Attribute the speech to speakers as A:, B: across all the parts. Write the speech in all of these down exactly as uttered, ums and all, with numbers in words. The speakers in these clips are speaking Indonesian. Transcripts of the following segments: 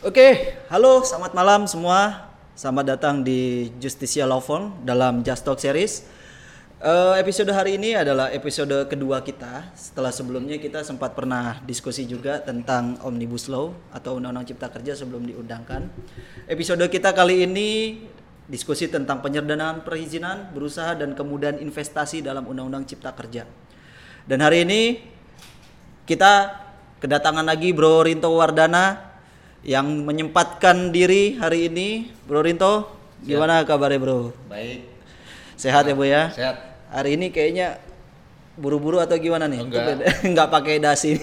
A: Oke, halo, selamat malam semua. Selamat datang di Justisia Law Firm dalam Just Talk Series. Uh, episode hari ini adalah episode kedua kita. Setelah sebelumnya kita sempat pernah diskusi juga tentang Omnibus Law atau Undang-Undang Cipta Kerja sebelum diundangkan. Episode kita kali ini diskusi tentang penyederhanaan perizinan, berusaha dan kemudahan investasi dalam Undang-Undang Cipta Kerja. Dan hari ini kita kedatangan lagi Bro Rinto Wardana yang menyempatkan diri hari ini. Bro Rinto, gimana kabarnya Bro?
B: Baik.
A: Sehat ya Bu ya?
B: Sehat.
A: Hari ini kayaknya buru-buru atau gimana nih?
B: Enggak.
A: Enggak pakai dasi.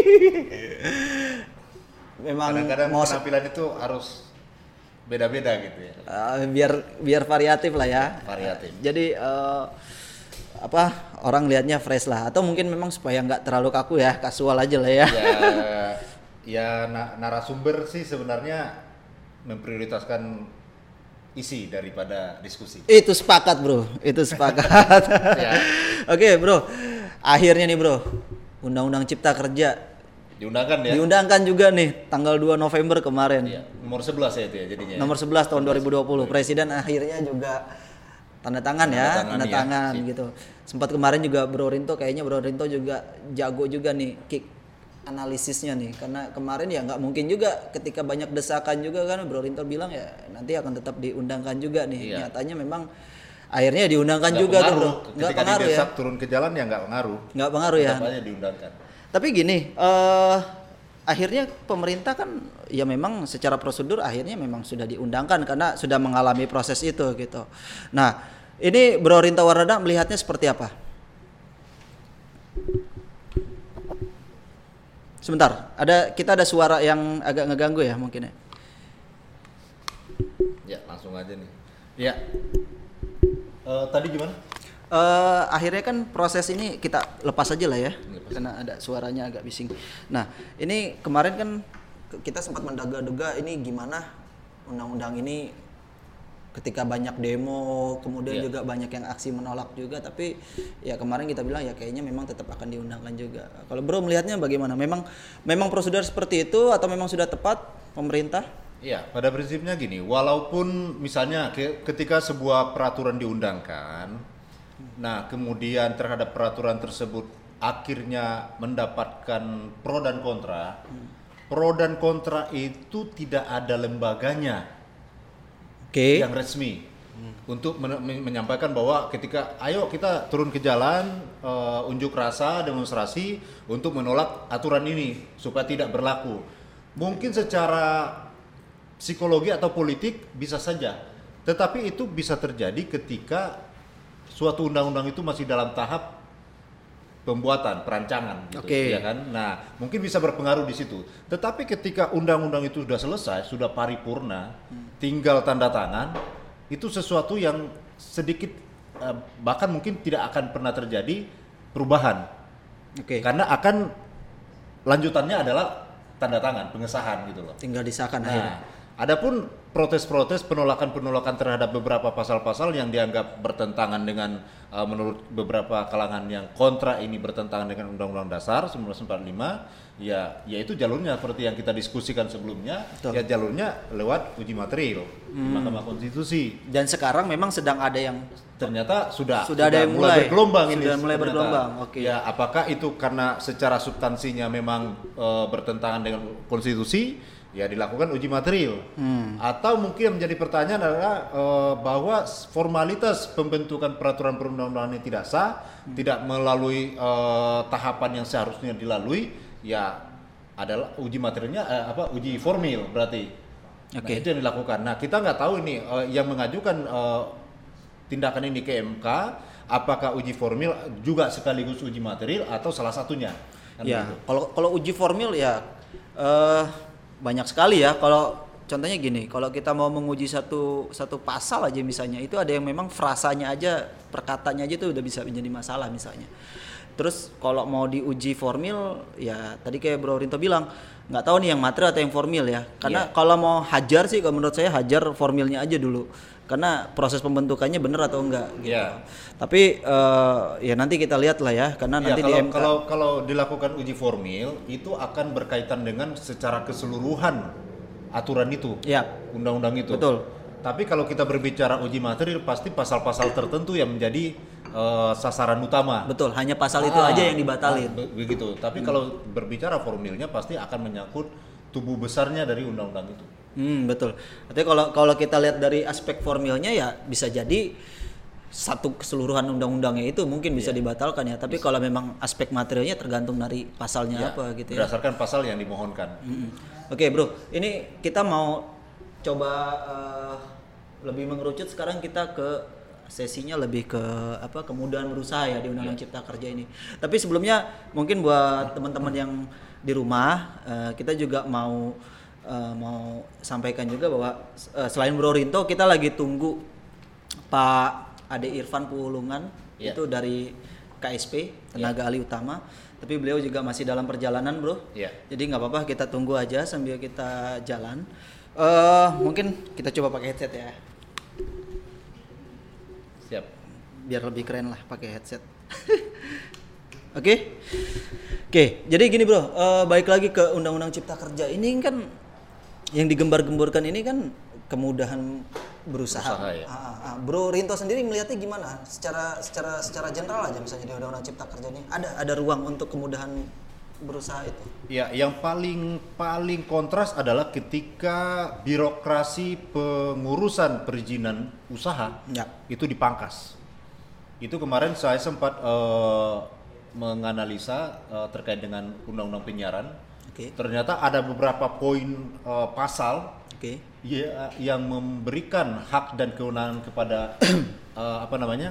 A: Memang
B: kadang-kadang
A: mau
B: penampilan itu harus beda-beda gitu ya.
A: Uh, biar biar variatif lah ya.
B: Variatif.
A: Jadi uh, apa orang lihatnya fresh lah, atau mungkin memang supaya nggak terlalu kaku ya, kasual aja lah ya.
B: Ya, ya na- narasumber sih sebenarnya memprioritaskan isi daripada diskusi.
A: Itu sepakat bro, itu sepakat.
B: Ya.
A: Oke bro, akhirnya nih bro, Undang-Undang Cipta Kerja
B: Diundangkan ya?
A: diundangkan juga nih tanggal dua November kemarin.
B: Iya, nomor sebelas ya itu ya jadinya.
A: Nomor sebelas tahun dua ribu dua puluh. Presiden akhirnya juga tanda tangan ya,
B: Tanda tangan,
A: tanda
B: ya.
A: tangan
B: Sip.
A: gitu. Sempat kemarin juga Bro Rinto, kayaknya Bro Rinto juga jago juga nih kick analisisnya nih, karena kemarin ya nggak mungkin juga ketika banyak desakan juga kan Bro Rinto bilang ya nanti akan tetap diundangkan juga nih.
B: Iya.
A: Nyatanya memang akhirnya diundangkan
B: Nggak
A: juga tuh
B: pengaruh.
A: Bro. Nggak
B: Ketika
A: pengaruh ya.
B: didesak turun ke jalan ya nggak pengaruh.
A: Nggak pengaruh ya.
B: Tetap aja diundangkan.
A: Tapi gini, eh akhirnya pemerintah kan ya memang secara prosedur akhirnya memang sudah diundangkan karena sudah mengalami proses itu gitu. Nah, ini Bro Rinto Wardana melihatnya seperti apa? Sebentar, ada kita ada suara yang agak ngeganggu ya mungkin ya.
B: Ya langsung aja nih. Ya. Eh, tadi gimana?
A: Eh akhirnya kan proses ini kita lepas aja lah ya,
B: Lepas.
A: karena ada suaranya agak bising. Nah, ini kemarin kan kita sempat menduga-duga ini gimana undang-undang ini ketika banyak demo, kemudian
B: Iya.
A: juga banyak yang aksi menolak juga, tapi ya kemarin kita bilang ya kayaknya memang tetap akan diundangkan juga. Kalau Bro melihatnya bagaimana? Memang memang prosedur seperti itu atau memang sudah tepat pemerintah?
B: Iya, pada prinsipnya gini, walaupun misalnya ke- ketika sebuah peraturan diundangkan, nah kemudian terhadap peraturan tersebut akhirnya mendapatkan pro dan kontra, pro dan kontra itu tidak ada lembaganya
A: Oke.
B: yang resmi untuk men- men- menyampaikan bahwa ketika ayo kita turun ke jalan, eh, unjuk rasa, demonstrasi untuk menolak aturan ini supaya tidak berlaku. Mungkin secara psikologi atau politik bisa saja, tetapi itu bisa terjadi ketika suatu undang-undang itu masih dalam tahap pembuatan, perancangan gitu,
A: Oke.
B: ya kan? Nah, mungkin bisa berpengaruh di situ. Tetapi ketika undang-undang itu sudah selesai, sudah paripurna, tinggal tanda tangan, itu sesuatu yang sedikit eh, bahkan mungkin tidak akan pernah terjadi perubahan.
A: Oke.
B: Karena akan lanjutannya adalah tanda tangan, pengesahan gitu loh.
A: Tinggal disahkan akhirnya.
B: Nah, adapun protes-protes penolakan-penolakan terhadap beberapa pasal-pasal yang dianggap bertentangan dengan uh, menurut beberapa kalangan yang kontra ini bertentangan dengan Undang-Undang Dasar seribu sembilan ratus empat puluh lima, ya yaitu jalurnya seperti yang kita diskusikan sebelumnya,
A: Betul.
B: ya jalurnya lewat uji material di Mahkamah Konstitusi.
A: Dan sekarang memang sedang ada yang
B: Ternyata sudah
A: Sudah ada yang mulai.
B: bergelombang ini.
A: Sudah mulai
B: ternyata.
A: bergelombang, oke.
B: Ya, apakah itu karena secara substansinya memang uh, bertentangan dengan konstitusi? Ya dilakukan uji material.
A: Hmm.
B: Atau mungkin yang menjadi pertanyaan adalah uh, bahwa formalitas pembentukan peraturan perundang-undangan ini tidak sah, hmm. tidak melalui uh, tahapan yang seharusnya dilalui, ya adalah uji materialnya uh, apa uji formil berarti. Nah,
A: Oke.
B: itu yang dilakukan. Nah, kita nggak tahu ini uh, yang mengajukan uh, tindakan ini ke M K apakah uji formil juga sekaligus uji material atau salah satunya. Kan
A: Ya,
B: begitu.
A: kalau kalau uji formil ya eh banyak sekali ya. Kalau contohnya gini, kalau kita mau menguji satu satu pasal aja misalnya, itu ada yang memang frasanya aja, perkataannya aja itu udah bisa menjadi masalah misalnya. Terus kalau mau diuji formil, ya tadi kayak Bro Rinto bilang, nggak tahu nih yang materi atau yang formil ya. Karena
B: Iya.
A: kalau mau hajar sih, kalau menurut saya hajar formilnya aja dulu. Karena proses pembentukannya benar atau enggak gitu.
B: Iya.
A: Tapi eh, ya nanti kita lihat lah ya, karena
B: Ya,
A: nanti
B: kalau,
A: di M K.
B: kalau kalau dilakukan uji formil itu akan berkaitan dengan secara keseluruhan aturan itu,
A: ya,
B: undang-undang itu.
A: betul.
B: Tapi kalau kita berbicara uji materi, pasti pasal-pasal tertentu yang menjadi uh, sasaran utama.
A: Betul, hanya pasal itu
B: Ah,
A: aja yang dibatalin.
B: ah, be- begitu. Tapi hmm. kalau berbicara formilnya pasti akan menyangkut tubuh besarnya dari undang-undang itu.
A: Hmm, betul. Artinya kalau kalau kita lihat dari aspek formilnya ya bisa jadi satu keseluruhan undang-undangnya itu mungkin bisa yeah. dibatalkan ya. Tapi bisa. Kalau memang aspek materialnya tergantung dari pasalnya yeah, apa gitu ya.
B: Berdasarkan pasal yang dimohonkan.
A: Hmm. Oke, okay, Bro. Ini kita mau coba uh, lebih mengerucut sekarang kita ke sesinya lebih ke apa kemudahan berusaha ya di Undang-Undang yeah. Cipta Kerja ini. Tapi sebelumnya mungkin buat teman-teman yang di rumah uh, kita juga mau uh, mau sampaikan juga bahwa uh, selain Bro Rinto kita lagi tunggu Pak Ade Irfan Pulungan yeah. itu dari K S P tenaga yeah. ahli utama, tapi beliau juga masih dalam perjalanan bro, yeah. jadi nggak apa-apa kita tunggu aja sambil kita jalan. Uh, mungkin kita coba pakai headset ya.
B: Siap.
A: Biar lebih keren lah pakai headset. Oke, okay? Oke, okay, jadi gini bro, uh, balik lagi ke Undang-Undang Cipta Kerja ini kan yang digembar-gemborkan ini kan kemudahan berusaha.
B: Usaha, ya.
A: ah, ah. Bro Rinto sendiri melihatnya gimana? Secara secara secara general aja misalnya di Undang-Undang Cipta Kerja ini ada ada ruang untuk kemudahan berusaha itu.
B: Ya, yang paling paling kontras adalah ketika birokrasi pengurusan perizinan usaha ya. itu dipangkas. Itu kemarin saya sempat uh, menganalisa uh, terkait dengan Undang-Undang Penyiaran. Okay. Ternyata ada beberapa poin uh, pasal okay. ya, yang memberikan hak dan kewenangan kepada uh, apa namanya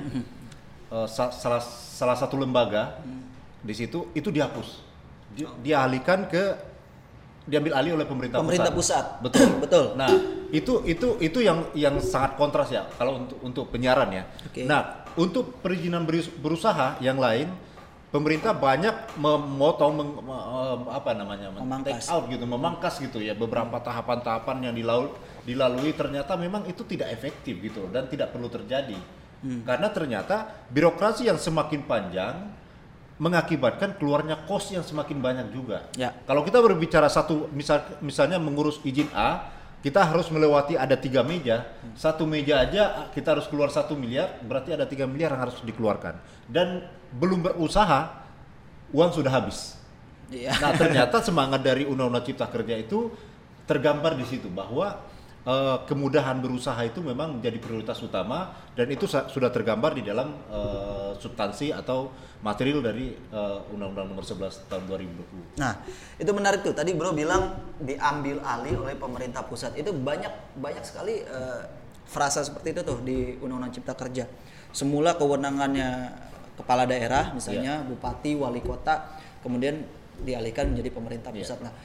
B: uh, sa- salah salah satu lembaga di situ itu dihapus, Di, dialihkan ke diambil alih oleh pemerintah,
A: pemerintah
B: pusat.
A: pusat.
B: Betul,
A: betul.
B: Nah itu itu itu yang yang sangat kontras ya kalau untuk untuk penyiaran ya. Okay. Nah untuk perizinan berusaha yang lain, pemerintah banyak memotong meng, apa namanya take out gitu, memangkas gitu ya beberapa tahapan-tahapan yang dilalui, dilalui ternyata memang itu tidak efektif gitu dan tidak perlu terjadi. Hmm. Karena ternyata birokrasi yang semakin panjang mengakibatkan keluarnya kos yang semakin banyak juga. Ya. Kalau kita berbicara satu misal misalnya mengurus izin A, kita harus melewati ada tiga meja, hmm. satu meja aja kita harus keluar satu miliar, berarti ada tiga miliar yang harus dikeluarkan. Dan belum berusaha, uang sudah habis. Yeah. Nah ternyata semangat dari Undang-Undang Cipta Kerja itu tergambar di situ bahwa uh, kemudahan berusaha itu memang menjadi prioritas utama dan itu sa- sudah tergambar di dalam uh, substansi atau material dari uh, Undang-Undang Nomor sebelas Tahun dua ribu dua puluh.
A: Nah itu menarik tuh. Tadi bro bilang diambil alih oleh pemerintah pusat. Itu banyak banyak sekali uh, frasa seperti itu tuh di Undang-Undang Cipta Kerja. Semula kewenangannya kepala daerah misalnya yeah. bupati, wali kota, kemudian dialihkan menjadi pemerintah pusat. Yeah. Nah,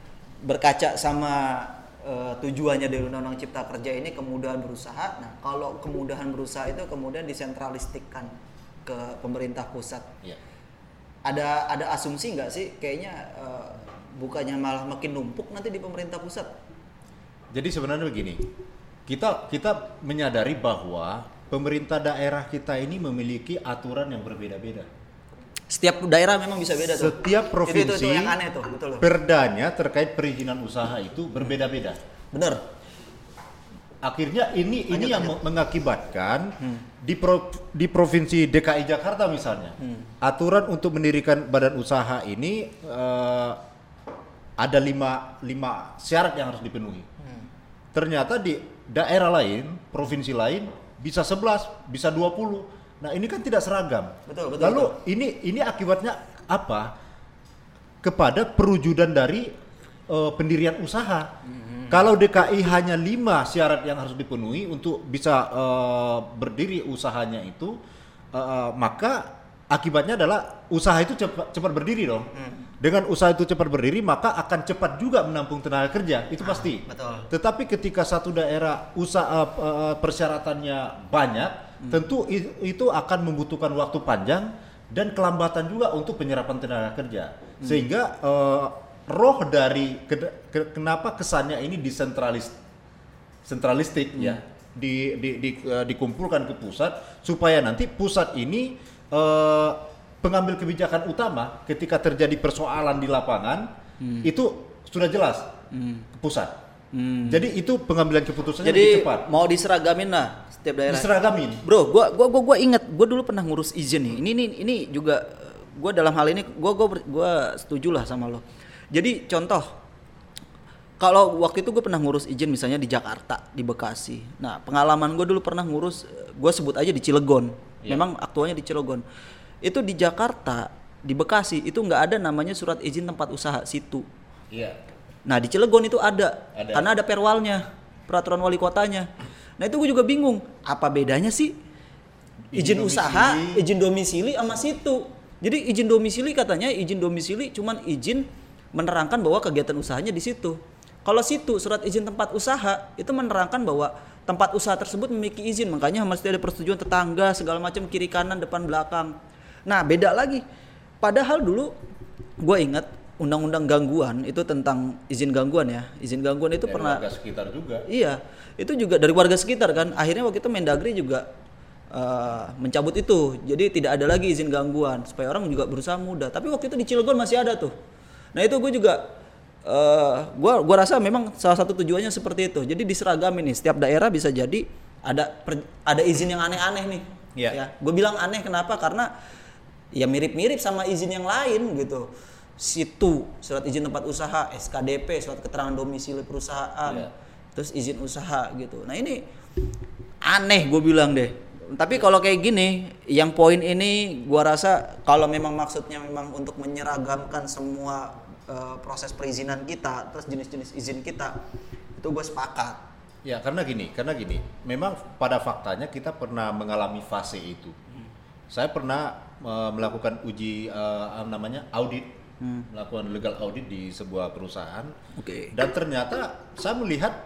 A: berkaca sama uh, tujuannya dari Undang-Undang Cipta Kerja ini kemudahan berusaha. Nah, kalau kemudahan berusaha itu kemudian disentralistikkan ke pemerintah pusat. Yeah. Ada ada asumsi nggak sih kayaknya uh, bukannya malah makin numpuk nanti di pemerintah pusat?
B: Jadi sebenarnya begini, kita kita menyadari bahwa pemerintah daerah kita ini memiliki aturan yang berbeda-beda.
A: Setiap daerah memang bisa beda tuh.
B: Setiap provinsi itu, itu, itu
A: yang aneh tuh, betul.
B: Perdanya terkait perizinan usaha itu berbeda-beda.
A: Bener.
B: Akhirnya ini lanjut, ini yang lanjut. mengakibatkan hmm. di pro, di provinsi D K I Jakarta misalnya, hmm. aturan untuk mendirikan badan usaha ini uh, ada lima, lima syarat yang harus dipenuhi. Hmm. Ternyata di daerah lain, provinsi lain bisa sebelas, bisa dua puluh. Nah, ini kan tidak seragam.
A: Betul, betul.
B: Lalu
A: betul.
B: ini ini akibatnya apa? Kepada perwujudan dari uh, pendirian usaha. Mm-hmm. Kalau D K I hanya lima syarat yang harus dipenuhi untuk bisa uh, berdiri usahanya itu, uh, maka akibatnya adalah usaha itu cepat cepat berdiri dong. Mm. Dengan usaha itu cepat berdiri, maka akan cepat juga menampung tenaga kerja, itu ah, pasti.
A: Betul.
B: Tetapi ketika satu daerah usaha uh, persyaratannya banyak, hmm. tentu itu akan membutuhkan waktu panjang dan kelambatan juga untuk penyerapan tenaga kerja. Hmm. Sehingga uh, roh dari ke, ke, kenapa kesannya ini desentralis, sentralistik hmm. ya, di, di, di, uh, dikumpulkan ke pusat supaya nanti pusat ini uh, pengambil kebijakan utama ketika terjadi persoalan di lapangan hmm. itu sudah jelas hmm. ke pusat. Hmm. Jadi itu pengambilan keputusannya
A: Jadi
B: lebih cepat.
A: mau diseragamin lah setiap daerah.
B: Diseragamin.
A: Bro, gua gua gua, gua inget, gua dulu pernah ngurus izin nih. Ini ini ini juga gua dalam hal ini gua gua gua setuju lah sama lo. Jadi contoh, kalau waktu itu gue pernah ngurus izin misalnya di Jakarta, di Bekasi. Nah, pengalaman gue dulu pernah ngurus, gue sebut aja di Cilegon. Yeah. Memang aktualnya di Cilegon. Itu di Jakarta, di Bekasi itu nggak ada namanya surat izin tempat usaha situ.
B: Iya. Yeah.
A: Nah, di Cilegon itu ada,
B: ada.
A: Karena ada perwalnya, peraturan wali kotanya. Nah, itu gue juga bingung, apa bedanya sih izin, izin usaha, izin domisili sama situ. Jadi izin domisili katanya izin domisili cuman izin menerangkan bahwa kegiatan usahanya di situ. Kalau situ surat izin tempat usaha itu menerangkan bahwa tempat usaha tersebut memiliki izin, makanya mesti ada persetujuan tetangga segala macam, kiri kanan depan belakang. Nah, beda lagi. Padahal dulu gue ingat undang-undang gangguan itu tentang izin gangguan ya. Izin gangguan itu
B: dari
A: pernah
B: warga sekitar juga.
A: Iya, itu juga dari warga sekitar kan. Akhirnya waktu itu Mendagri juga uh, mencabut itu. Jadi tidak ada lagi izin gangguan supaya orang juga berusaha mudah. Tapi waktu itu di Cilegon masih ada tuh. Nah, itu gue juga Uh, gua gua rasa memang salah satu tujuannya seperti itu. Jadi diseragamin nih, setiap daerah bisa jadi ada per, ada izin yang aneh-aneh nih.
B: Yeah.
A: Ya, gue bilang aneh kenapa? Karena ya mirip-mirip sama izin yang lain gitu. Situ, surat izin tempat usaha, S K D P, surat keterangan domisili perusahaan, yeah. Terus izin usaha gitu. Nah, ini aneh gue bilang deh. Tapi kalau kayak gini, yang poin ini gua rasa kalau memang maksudnya memang untuk menyeragamkan semua Uh, proses perizinan kita, terus jenis-jenis izin kita, itu gue sepakat.
B: Ya, karena gini, karena gini, memang pada faktanya kita pernah mengalami fase itu. Hmm. Saya pernah uh, melakukan uji uh, namanya audit, hmm. melakukan legal audit di sebuah perusahaan. Oke. Okay. Dan ternyata saya melihat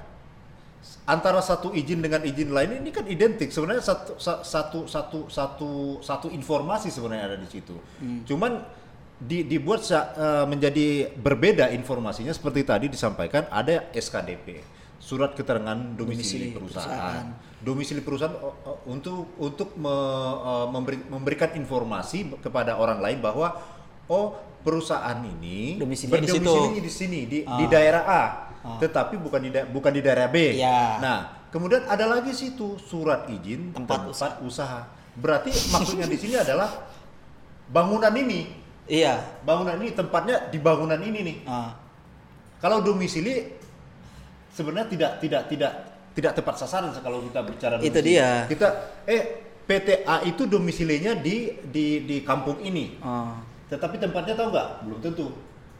B: antara satu izin dengan izin lain ini kan identik, sebenarnya satu satu satu satu satu informasi sebenarnya ada di situ. Hmm. Cuman Di, dibuat uh, menjadi berbeda informasinya seperti tadi disampaikan ada S K D P, surat keterangan domisili, domisili perusahaan. perusahaan. Domisili perusahaan uh, uh, untuk untuk me, uh, memberi, memberikan informasi kepada orang lain bahwa oh perusahaan ini berdomisili di, di sini di, ah. di daerah A, ah. tetapi bukan di da- bukan di daerah B.
A: Ya.
B: Nah, kemudian ada lagi situ surat izin tempat, tempat usaha. usaha. Berarti maksudnya di sini adalah bangunan ini.
A: Iya.
B: Bangunan ini tempatnya di bangunan ini nih. Ah. Kalau domisili sebenarnya tidak tidak tidak tidak tepat sasaran kalau kita bicara domisili.
A: Itu dia.
B: Kita eh P T A itu domisilinya di di di kampung ini. Ah. Tetapi tempatnya tahu nggak? Belum tentu.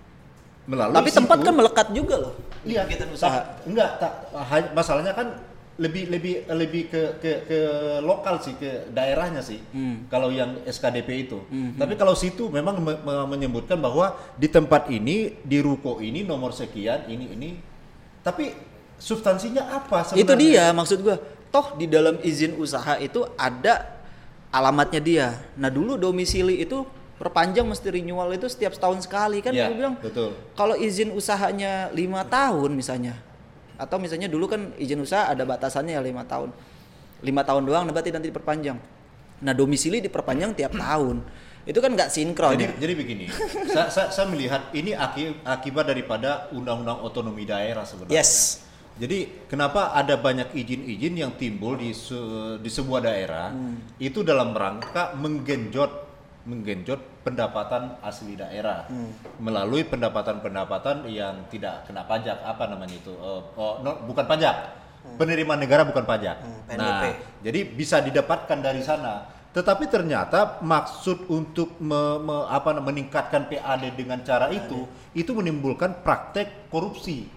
B: Melalui
A: Tapi tempat situ, kan melekat juga loh.
B: Iya. Kita usaha. Ta- enggak. Ta- masalahnya kan lebih lebih lebih ke ke ke lokal sih, ke daerahnya sih. Hmm. Kalau yang S K D P itu. Hmm. Tapi kalau situ memang me- me- menyebutkan bahwa di tempat ini, di ruko ini nomor sekian, ini ini. Tapi substansinya apa sebenarnya?
A: Itu dia maksud gua. Toh di dalam izin usaha itu ada alamatnya dia. Nah, dulu domisili itu perpanjang mesti renewal itu setiap setahun sekali kan
B: ya,
A: gua bilang.
B: Betul.
A: Kalau izin usahanya lima tahun misalnya, atau misalnya dulu kan izin usaha ada batasannya ya lima tahun, lima tahun doang, berarti nanti diperpanjang. Nah, domisili diperpanjang tiap tahun, itu kan nggak sinkron.
B: Jadi, jadi begini, saya, saya, saya melihat ini akibat daripada undang-undang otonomi daerah sebenarnya.
A: Yes.
B: Jadi kenapa ada banyak izin-izin yang timbul di se, di sebuah daerah hmm. itu dalam rangka menggenjot menggenjot pendapatan asli daerah hmm. melalui pendapatan-pendapatan yang tidak kena pajak, apa namanya itu uh, oh, no, bukan pajak hmm. penerimaan negara bukan pajak hmm, nah jadi bisa didapatkan dari sana. Tetapi ternyata maksud untuk me, me, apa, meningkatkan P A D dengan cara itu hmm. itu menimbulkan praktek korupsi,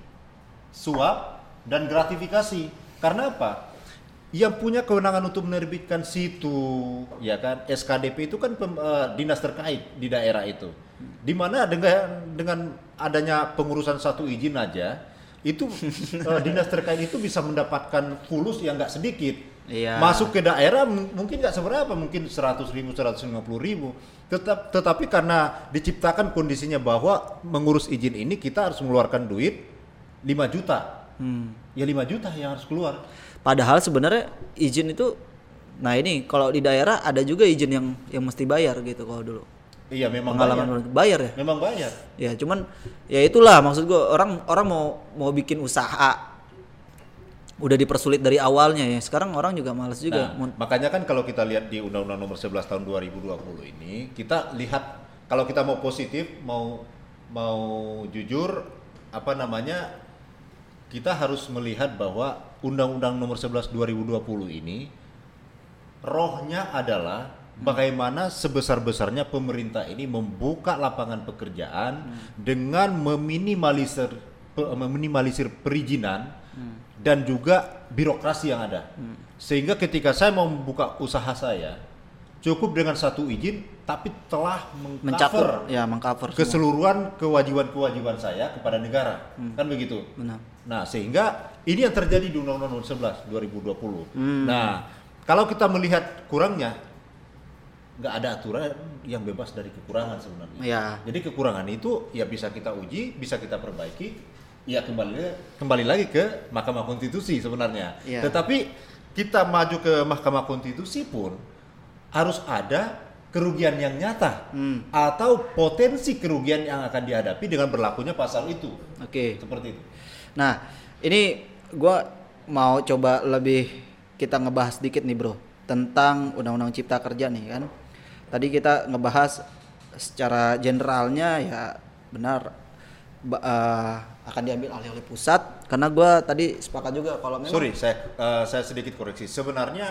B: suap dan gratifikasi. Karena apa? Yang punya kewenangan untuk menerbitkan situ, ya kan, S K D P itu kan pem, uh, dinas terkait di daerah itu. Di mana dengan dengan adanya pengurusan satu izin aja, itu uh, dinas terkait itu bisa mendapatkan fulus yang nggak sedikit. Iya. Masuk ke daerah m- mungkin nggak seberapa, mungkin seratus ribu, seratus lima puluh ribu. Tetap, tetapi karena diciptakan kondisinya bahwa mengurus izin ini kita harus mengeluarkan duit lima juta. Hmm. Ya lima juta yang harus keluar.
A: Padahal sebenarnya izin itu, nah ini kalau di daerah ada juga izin yang yang mesti bayar gitu kalau dulu.
B: Iya memang
A: pengalaman bayar. bayar ya.
B: Memang bayar.
A: Ya cuman ya itulah maksud gue, orang orang mau mau bikin usaha udah dipersulit dari awalnya ya. Sekarang orang juga malas juga.
B: Nah, makanya kan kalau kita lihat di Undang-Undang Nomor sebelas Tahun dua ribu dua puluh ini, kita lihat kalau kita mau positif, mau mau jujur, apa namanya, kita harus melihat bahwa Undang-Undang Nomor sebelas dua ribu dua puluh ini rohnya adalah bagaimana sebesar-besarnya pemerintah ini membuka lapangan pekerjaan hmm. dengan meminimalisir meminimalisir perizinan hmm. dan juga birokrasi yang ada. Hmm. Sehingga ketika saya mau membuka usaha saya, cukup dengan satu izin tapi telah mengcover
A: ya, mengcover
B: keseluruhan kewajiban-kewajiban saya kepada negara. Hmm. Kan begitu?
A: Benar.
B: Nah, sehingga ini yang terjadi di Undang-Undang Nomor sebelas dua ribu dua puluh. Hmm. Nah, kalau kita melihat kurangnya, nggak ada aturan yang bebas dari kekurangan sebenarnya.
A: Ya.
B: Jadi kekurangan itu ya bisa kita uji, bisa kita perbaiki, ya kembali kembali lagi ke Mahkamah Konstitusi sebenarnya. Ya. Tetapi kita maju ke Mahkamah Konstitusi pun harus ada kerugian yang nyata hmm. atau potensi kerugian yang akan dihadapi dengan berlakunya pasal itu.
A: Oke.
B: Seperti itu.
A: Nah, ini gua mau coba lebih kita ngebahas sedikit nih bro tentang Undang-Undang Cipta Kerja nih kan. Tadi kita ngebahas secara generalnya ya benar uh, akan diambil alih oleh pusat, karena gue tadi sepakat juga kalau memang.
B: Sorry, saya uh, saya sedikit koreksi. Sebenarnya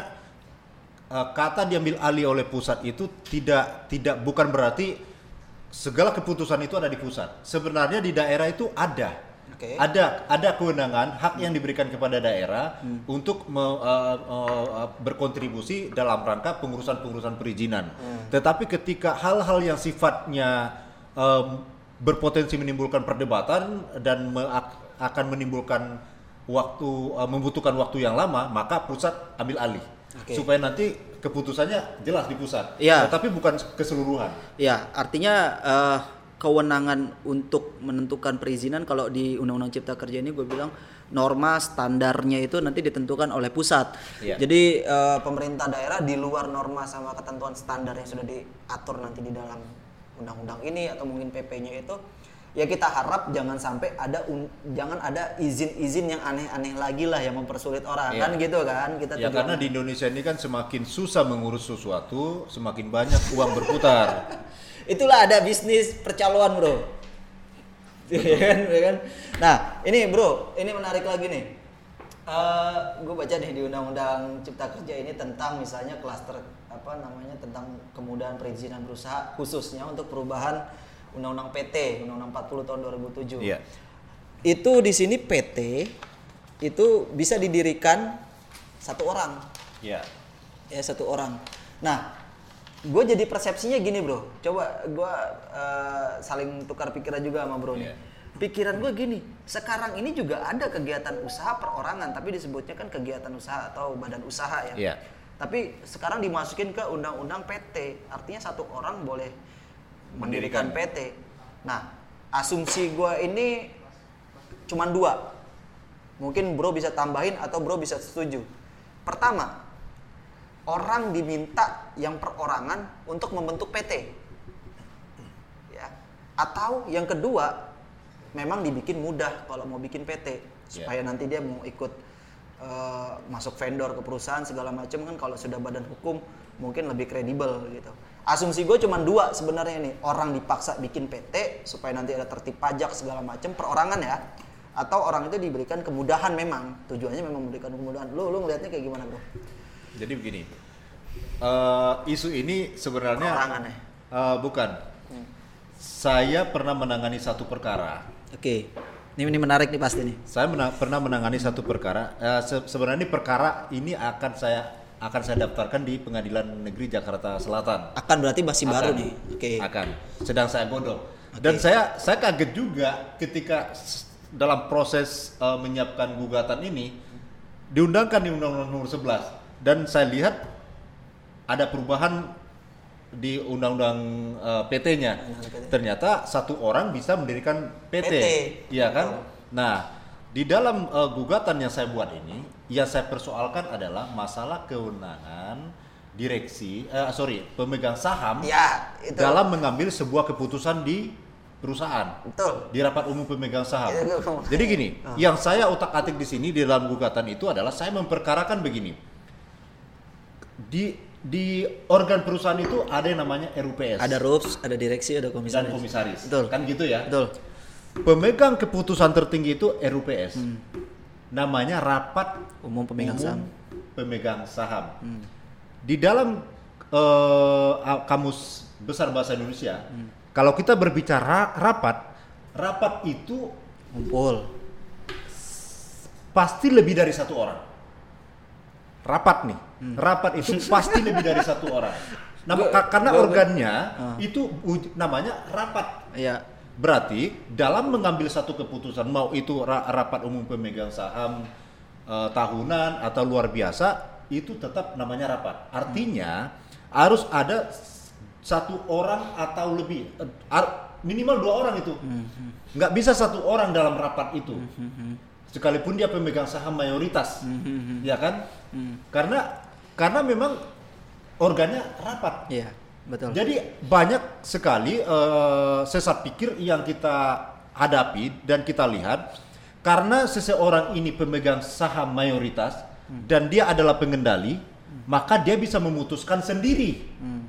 B: uh, kata diambil alih oleh pusat itu tidak tidak bukan berarti segala keputusan itu ada di pusat. Sebenarnya di daerah itu ada. Okay. Ada ada kewenangan hak yang diberikan kepada daerah hmm. untuk me, uh, uh, berkontribusi dalam rangka pengurusan-pengurusan perizinan. Hmm. Tetapi ketika hal-hal yang sifatnya um, berpotensi menimbulkan perdebatan dan me, akan menimbulkan waktu uh, membutuhkan waktu yang lama, maka pusat ambil alih. Okay. Supaya nanti keputusannya jelas di pusat.
A: Ya.
B: Tetapi bukan keseluruhan.
A: Ya, artinya uh, kewenangan untuk menentukan perizinan kalau di Undang-Undang Cipta Kerja ini gue bilang norma standarnya itu nanti ditentukan oleh pusat. Yeah. Jadi uh, pemerintah daerah di luar norma sama ketentuan standar yang sudah diatur nanti di dalam undang-undang ini atau mungkin P P-nya itu, ya kita harap jangan sampai ada un- jangan ada izin-izin yang aneh-aneh lagi lah yang mempersulit orang. Yeah. Kan gitu kan kita.
B: Ya karena di Indonesia ini kan semakin susah mengurus sesuatu, semakin banyak uang berputar.
A: Itulah ada bisnis percaloan bro. Ya kan, ya kan. Nah ini bro, ini menarik lagi nih. Uh, gue baca nih di Undang-Undang Cipta Kerja ini tentang misalnya klaster apa namanya tentang kemudahan perizinan berusaha khususnya untuk perubahan Undang-Undang P T, Undang-Undang empat puluh tahun dua ribu tujuh. Yeah. Itu di sini P T itu bisa didirikan satu orang. Iya. Yeah. Ya satu orang. Nah, gue jadi persepsinya gini bro, coba gue uh, saling tukar pikiran juga sama bro nih. Yeah. Pikiran gue gini, sekarang ini juga ada kegiatan usaha perorangan, tapi disebutnya kan kegiatan usaha atau badan usaha ya. Yeah. Tapi sekarang dimasukin ke undang-undang P T, artinya satu orang boleh mendirikan P T. Nah, asumsi gue ini cuma dua, mungkin bro bisa tambahin atau bro bisa setuju. Pertama, orang diminta yang perorangan untuk membentuk P T, ya. Atau yang kedua, memang dibikin mudah kalau mau bikin P T supaya yeah. nanti dia mau ikut uh, masuk vendor ke perusahaan segala macam kan kalau sudah badan hukum mungkin lebih kredibel gitu. Asumsi gue cuma dua sebenarnya nih, orang dipaksa bikin P T supaya nanti ada tertib pajak segala macam perorangan ya, atau orang itu diberikan kemudahan memang tujuannya memang memberikan kemudahan. Lu lu ngelihatnya kayak gimana bro?
B: Jadi begini, uh, isu ini sebenarnya uh, bukan. Hmm. Saya pernah menangani satu perkara.
A: Oke, ini ini menarik nih pasti nih.
B: Saya mena- pernah menangani satu perkara. Uh, se- sebenarnya perkara ini akan saya akan saya daftarkan di Pengadilan Negeri Jakarta Selatan.
A: Akan berarti masih akan, baru nih. Oke. Okay.
B: Akan. Sedang saya godok. Okay. Dan saya saya kaget juga ketika dalam proses uh, menyiapkan gugatan ini diundangkan di Undang-Undang Nomor sebelas. Dan saya lihat ada perubahan di undang-undang uh, P T-nya. Ternyata satu orang bisa mendirikan P T. P T. Iya kan? Oh. Nah, di dalam uh, gugatan yang saya buat ini, yang saya persoalkan adalah masalah kewenangan direksi, uh, sorry, pemegang saham
A: ya, itu.
B: dalam mengambil sebuah keputusan di perusahaan.
A: Betul.
B: Di rapat umum pemegang saham.
A: Ya,
B: Jadi gini, oh. yang saya utak-atik di sini di dalam gugatan itu adalah saya memperkarakan begini. Di di organ perusahaan itu ada yang namanya R U P S.
A: Ada R U P S, ada direksi, ada komisaris.
B: Dan komisaris.
A: Betul.
B: Kan gitu ya?
A: Betul.
B: Pemegang keputusan tertinggi itu R U P S. Hmm. Namanya rapat
A: umum pemegang
B: umum
A: saham.
B: Pemegang saham.
A: Hmm.
B: Di dalam uh, kamus besar bahasa Indonesia, hmm. kalau kita berbicara rapat, rapat itu
A: ngumpul.
B: Pasti lebih dari satu orang. Rapat nih, hmm. rapat itu pasti lebih dari satu orang. Nah, gua, karena gua, organnya uh. itu uj, namanya rapat.
A: Iya.
B: Berarti dalam mengambil satu keputusan, mau itu ra, rapat umum pemegang saham uh, tahunan atau luar biasa, itu tetap namanya rapat. Artinya hmm. harus ada satu orang atau lebih, minimal dua orang itu. Hmm. Nggak bisa satu orang dalam rapat itu. Hmm. Sekalipun dia pemegang saham mayoritas, mm-hmm. ya kan? Mm. Karena karena memang organnya rapat.
A: Iya, betul.
B: Jadi banyak sekali uh, sesat pikir yang kita hadapi dan kita lihat karena seseorang ini pemegang saham mayoritas mm. dan dia adalah pengendali, mm. maka dia bisa memutuskan sendiri. Mm.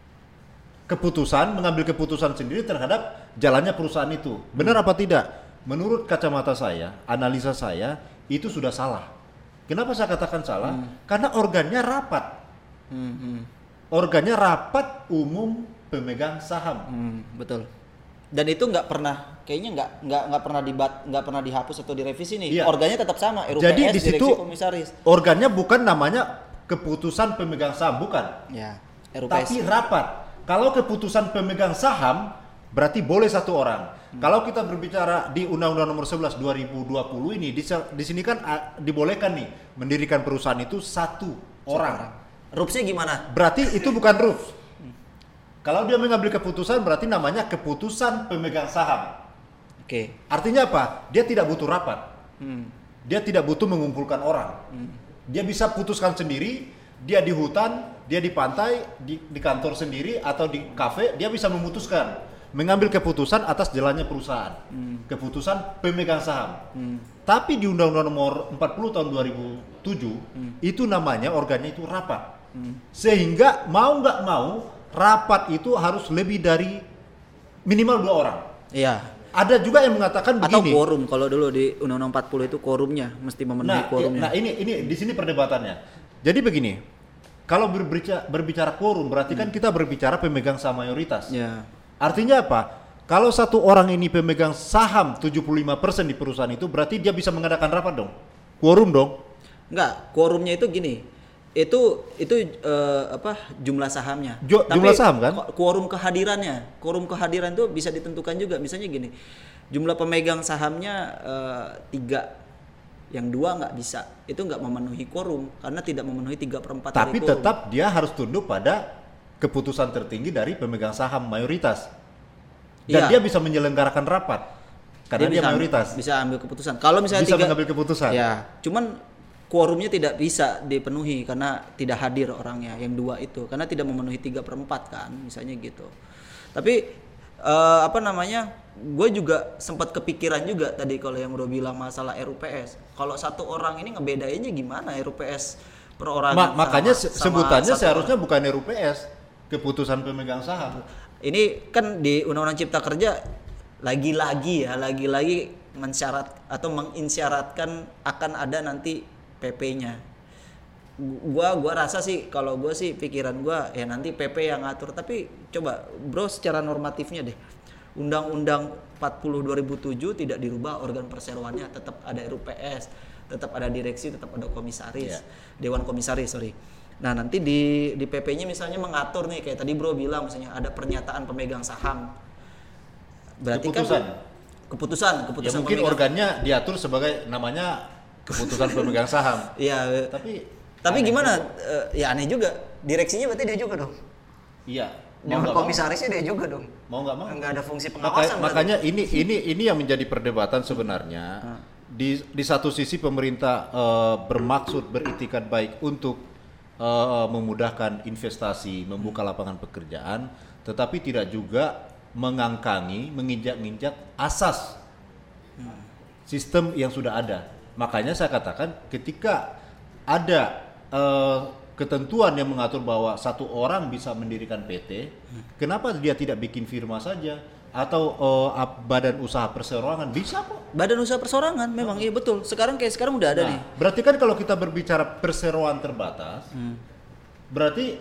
B: Keputusan, mengambil keputusan sendiri terhadap jalannya perusahaan itu. Benar mm. apa tidak? Menurut kacamata saya, analisa saya, itu sudah salah. Kenapa saya katakan salah? Hmm. Karena organnya rapat. Hmm, hmm. Organnya rapat umum pemegang saham.
A: Hmm, betul. Dan itu nggak pernah, kayaknya nggak nggak nggak pernah dibat, nggak pernah dihapus atau direvisi nih.
B: Iya.
A: Organnya tetap sama. R U P S,
B: jadi di situ
A: direksi komisaris.
B: Organnya bukan namanya keputusan pemegang saham, bukan.
A: Ya. R U P S.
B: Tapi rapat. Kalau keputusan pemegang saham berarti boleh satu orang. Hmm. Kalau kita berbicara di Undang-Undang Nomor sebelas dua ribu dua puluh ini, di, di sini kan a, dibolehkan nih mendirikan perusahaan itu satu orang.
A: R U P S-nya gimana?
B: Berarti itu bukan R U P S. Hmm. Kalau dia mengambil keputusan berarti namanya keputusan pemegang saham.
A: Oke. Okay.
B: Artinya apa? Dia tidak butuh rapat. Hmm. Dia tidak butuh mengumpulkan orang. Hmm. Dia bisa putuskan sendiri. Dia di hutan, dia di pantai, di, di kantor sendiri atau di kafe, dia bisa memutuskan. Mengambil keputusan atas jalannya perusahaan, hmm. keputusan pemegang saham. Hmm. Tapi di Undang-Undang Nomor empat puluh tahun dua ribu tujuh hmm. itu namanya organnya itu rapat. Hmm. Sehingga mau nggak mau rapat itu harus lebih dari minimal dua orang.
A: Iya.
B: Ada juga yang mengatakan
A: atau
B: begini.
A: Atau quorum, kalau dulu di Undang-Undang empat puluh itu quorumnya mesti memenuhi
B: nah,
A: quorumnya.
B: Nah ini ini di sini perdebatannya. Jadi begini. Kalau berbicara berbicara quorum berarti hmm. kan kita berbicara pemegang saham mayoritas.
A: Ya.
B: Artinya apa? Kalau satu orang ini pemegang saham tujuh puluh lima persen di perusahaan itu berarti dia bisa mengadakan rapat dong. Quorum dong.
A: Enggak, quorumnya itu gini. Itu itu uh, apa? Jumlah sahamnya.
B: Jo,
A: Tapi
B: jumlah saham kan?
A: Quorum kehadirannya. Quorum kehadiran itu bisa ditentukan juga. Misalnya gini. Jumlah pemegang sahamnya uh, tiga, yang dua nggak bisa. Itu nggak memenuhi quorum karena tidak memenuhi tiga per empat
B: Tapi
A: dari quorum.
B: tetap dia harus tunduk pada keputusan tertinggi dari pemegang saham mayoritas. Dan iya. dia bisa menyelenggarakan rapat karena dia, dia bisa, mayoritas.
A: Bisa ambil keputusan. Kalau misalnya
B: bisa
A: tiga,
B: mengambil keputusan.
A: Ya, cuman quorumnya tidak bisa dipenuhi karena tidak hadir orangnya yang dua itu karena tidak memenuhi tiga per empat kan, misalnya gitu. Tapi uh, apa namanya? Gue juga sempat kepikiran juga tadi kalau yang udah bilang masalah R U P S. Kalau satu orang ini ngebedainnya gimana R U P S per orang?
B: Ma- makanya sama, sebutannya sama seharusnya orang. Bukan R U P S. Keputusan pemegang saham.
A: Ini kan di Undang-Undang Cipta Kerja lagi-lagi ya, lagi-lagi mensyarat atau menginsyaratkan akan ada nanti P P-nya. Gua gua rasa sih kalau gua sih pikiran gua ya nanti P P yang ngatur, tapi coba bro secara normatifnya deh. Undang-Undang empat puluh dua ribu tujuh tidak dirubah, organ perseroannya tetap ada R U P S, tetap ada direksi, tetap ada komisaris, yeah. Dewan komisaris, sorry. Nah nanti di di P P-nya misalnya mengatur nih kayak tadi bro bilang misalnya ada pernyataan pemegang saham. Berarti
B: keputusan.
A: kan keputusan keputusan
B: ya mungkin
A: pemegang.
B: Organnya diatur sebagai namanya keputusan pemegang saham.
A: Iya.
B: Tapi
A: tapi gimana? Uh, ya aneh juga. Direksinya berarti dia juga dong.
B: Iya.
A: Dewan komisarisnya dia juga dong.
B: Mau nggak mau?
A: Nggak ada fungsi pengawasan.
B: Maka, makanya ini ini ini yang menjadi perdebatan sebenarnya. Hmm. Di di satu sisi pemerintah uh, bermaksud beritikat baik untuk uh, memudahkan investasi, membuka lapangan pekerjaan, tetapi tidak juga mengangkangi, menginjak-injak asas sistem yang sudah ada. Makanya saya katakan ketika ada uh, ketentuan yang mengatur bahwa satu orang bisa mendirikan P T, hmm. kenapa dia tidak bikin firma saja atau uh, badan usaha perseroangan? Bisa kok.
A: Badan usaha perseroangan memang iya betul. Sekarang kayak sekarang udah ada
B: nah,
A: nih.
B: Berarti kan kalau kita berbicara perseroan terbatas, hmm. berarti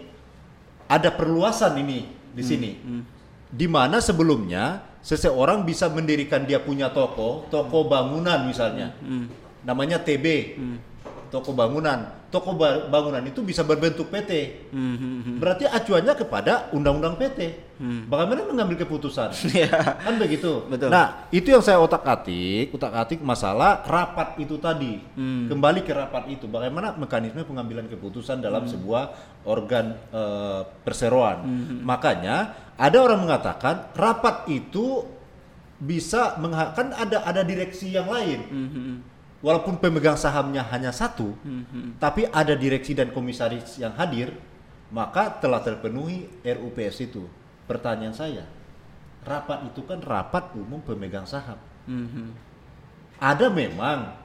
B: ada perluasan ini di hmm. sini. Hmm. Di mana sebelumnya seseorang bisa mendirikan dia punya toko, toko bangunan misalnya, hmm. namanya T B, hmm. toko bangunan. Toko bangunan itu bisa berbentuk P T. Hmm. Berarti acuannya kepada undang-undang P T. Hmm. Bagaimana mengambil keputusan? Kan begitu.
A: Betul.
B: Nah, itu yang saya otak-atik, otak-atik masalah rapat itu tadi. Hmm. Kembali ke rapat itu, bagaimana mekanisme pengambilan keputusan dalam hmm. sebuah organ uh, perseroan. Hmm. Makanya ada orang mengatakan rapat itu bisa mengha- kan ada ada direksi yang lain. Hmm. Walaupun pemegang sahamnya hanya satu, hmm. tapi ada direksi dan komisaris yang hadir, maka telah terpenuhi R U P S itu. Pertanyaan saya, rapat itu kan rapat umum pemegang saham. Hmm. Ada memang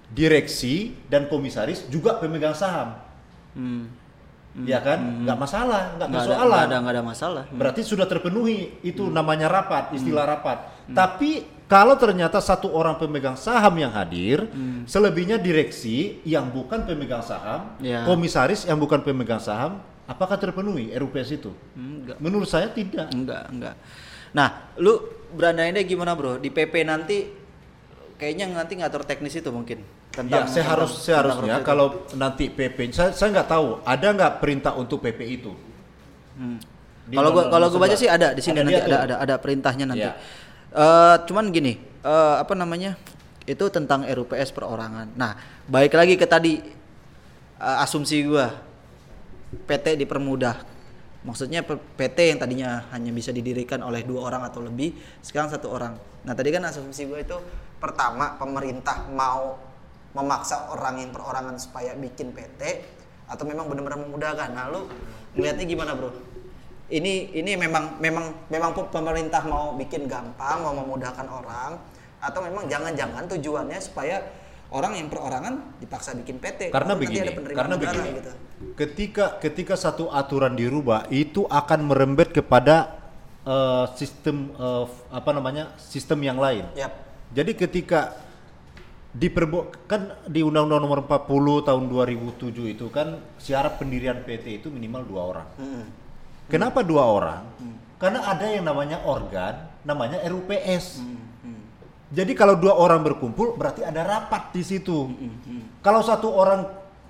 B: direksi dan komisaris juga pemegang saham. Hmm. Ya kan, hmm. nggak masalah, nggak persoalan.
A: Nggak ada, nggak ada masalah. Hmm.
B: Berarti sudah terpenuhi itu hmm. namanya rapat, istilah hmm. rapat. Hmm. Tapi kalau ternyata satu orang pemegang saham yang hadir, hmm. selebihnya direksi yang bukan pemegang saham, ya. komisaris yang bukan pemegang saham, apakah terpenuhi R U P S itu? Enggak. Menurut saya tidak.
A: Enggak, enggak. Nah, lu berandainnya gimana bro? Di P P nanti kayaknya nanti ngatur teknis itu mungkin.
B: Tentang, ya, saya harus seharusnya kalau nanti P P, saya saya nggak tahu ada nggak perintah untuk P P itu.
A: Hmm. Kalau gua kalau gua baca sih ada di sini ada nanti ada, ada ada perintahnya nanti. Ya. Uh, cuman gini, uh, apa namanya, itu tentang R U P S perorangan. Nah, balik lagi ke tadi uh, asumsi gua, P T dipermudah. Maksudnya P T yang tadinya hanya bisa didirikan oleh dua orang atau lebih, sekarang satu orang. Nah, tadi kan asumsi gua itu pertama pemerintah mau memaksa orang yang perorangan supaya bikin P T atau memang benar-benar memudahkan. Nah, lu melihatnya gimana, bro? Ini ini memang memang memang pemerintah mau bikin gampang, mau memudahkan orang, atau memang jangan-jangan tujuannya supaya orang yang perorangan dipaksa bikin P T.
B: Karena begini, karena begini. Gitu. Ketika ketika satu aturan dirubah, itu akan merembet kepada uh, sistem uh, apa namanya? sistem yang lain. Yep. Jadi ketika diperbo kan di Undang-Undang Nomor empat puluh Tahun dua ribu tujuh itu kan syarat pendirian P T itu minimal dua orang. Hmm. Kenapa dua orang? Hmm. Karena ada yang namanya organ, namanya R U P S. Hmm. Hmm. Jadi kalau dua orang berkumpul, berarti ada rapat di situ. Hmm. Hmm. Kalau satu orang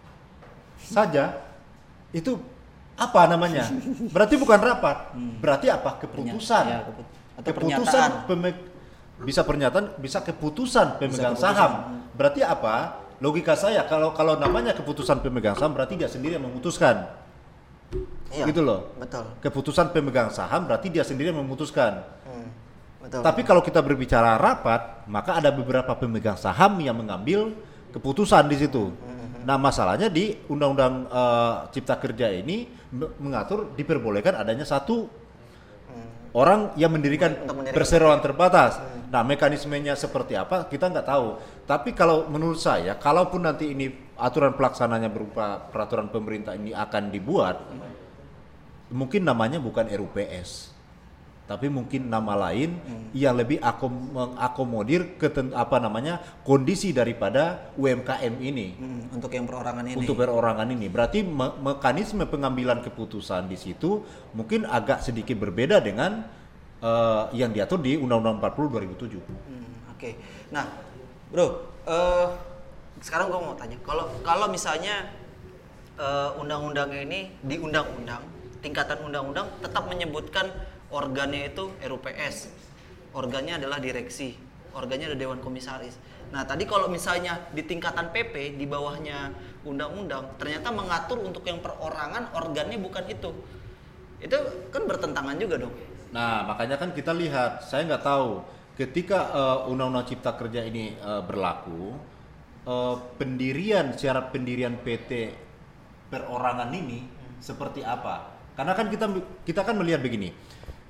B: saja, itu apa namanya? Berarti bukan rapat. Hmm. Berarti apa? Keputusan. Ya, keput- atau keputusan peme- bisa pernyataan, bisa keputusan pemegang bisa keputusan. saham. Hmm. Berarti apa? Logika saya kalau kalau namanya keputusan pemegang saham, berarti dia sendiri yang memutuskan. Iya, gitu loh.
A: Betul.
B: Keputusan pemegang saham berarti dia sendiri yang memutuskan. Hmm, betul. Tapi betul. Kalau kita berbicara rapat, maka ada beberapa pemegang saham yang mengambil keputusan di situ. Hmm. Nah, masalahnya di Undang-Undang uh, Cipta Kerja ini mengatur diperbolehkan adanya satu hmm. orang yang mendirikan, mendirikan perseroan terbatas. Hmm. Nah, mekanismenya seperti apa kita nggak tahu. Tapi kalau menurut saya, kalaupun nanti ini aturan pelaksananya berupa peraturan pemerintah ini akan dibuat, hmm. mungkin namanya bukan R U P S, tapi mungkin nama lain hmm. yang lebih akom, mengakomodir keten, apa namanya kondisi daripada U M K M ini.
A: Hmm, untuk yang perorangan ini.
B: Untuk perorangan ini, berarti me- mekanisme pengambilan keputusan di situ mungkin agak sedikit berbeda dengan uh, yang diatur di Undang-Undang empat puluh dua ribu tujuh. Hmm,
A: Oke, okay. Nah, bro, uh, sekarang gue mau tanya, kalau kalau misalnya uh, undang-undang ini di undang-undang tingkatan undang-undang tetap menyebutkan organnya itu R U P S, organnya adalah direksi, organnya ada dewan komisaris. Nah tadi kalau misalnya di tingkatan P P di bawahnya undang-undang ternyata mengatur untuk yang perorangan organnya bukan itu, itu kan bertentangan juga dong.
B: Nah makanya kan kita lihat, saya nggak tahu ketika uh, Undang-Undang Cipta Kerja ini uh, berlaku, uh, pendirian syarat pendirian P T perorangan ini hmm. seperti apa? Karena kan kita kita kan melihat begini,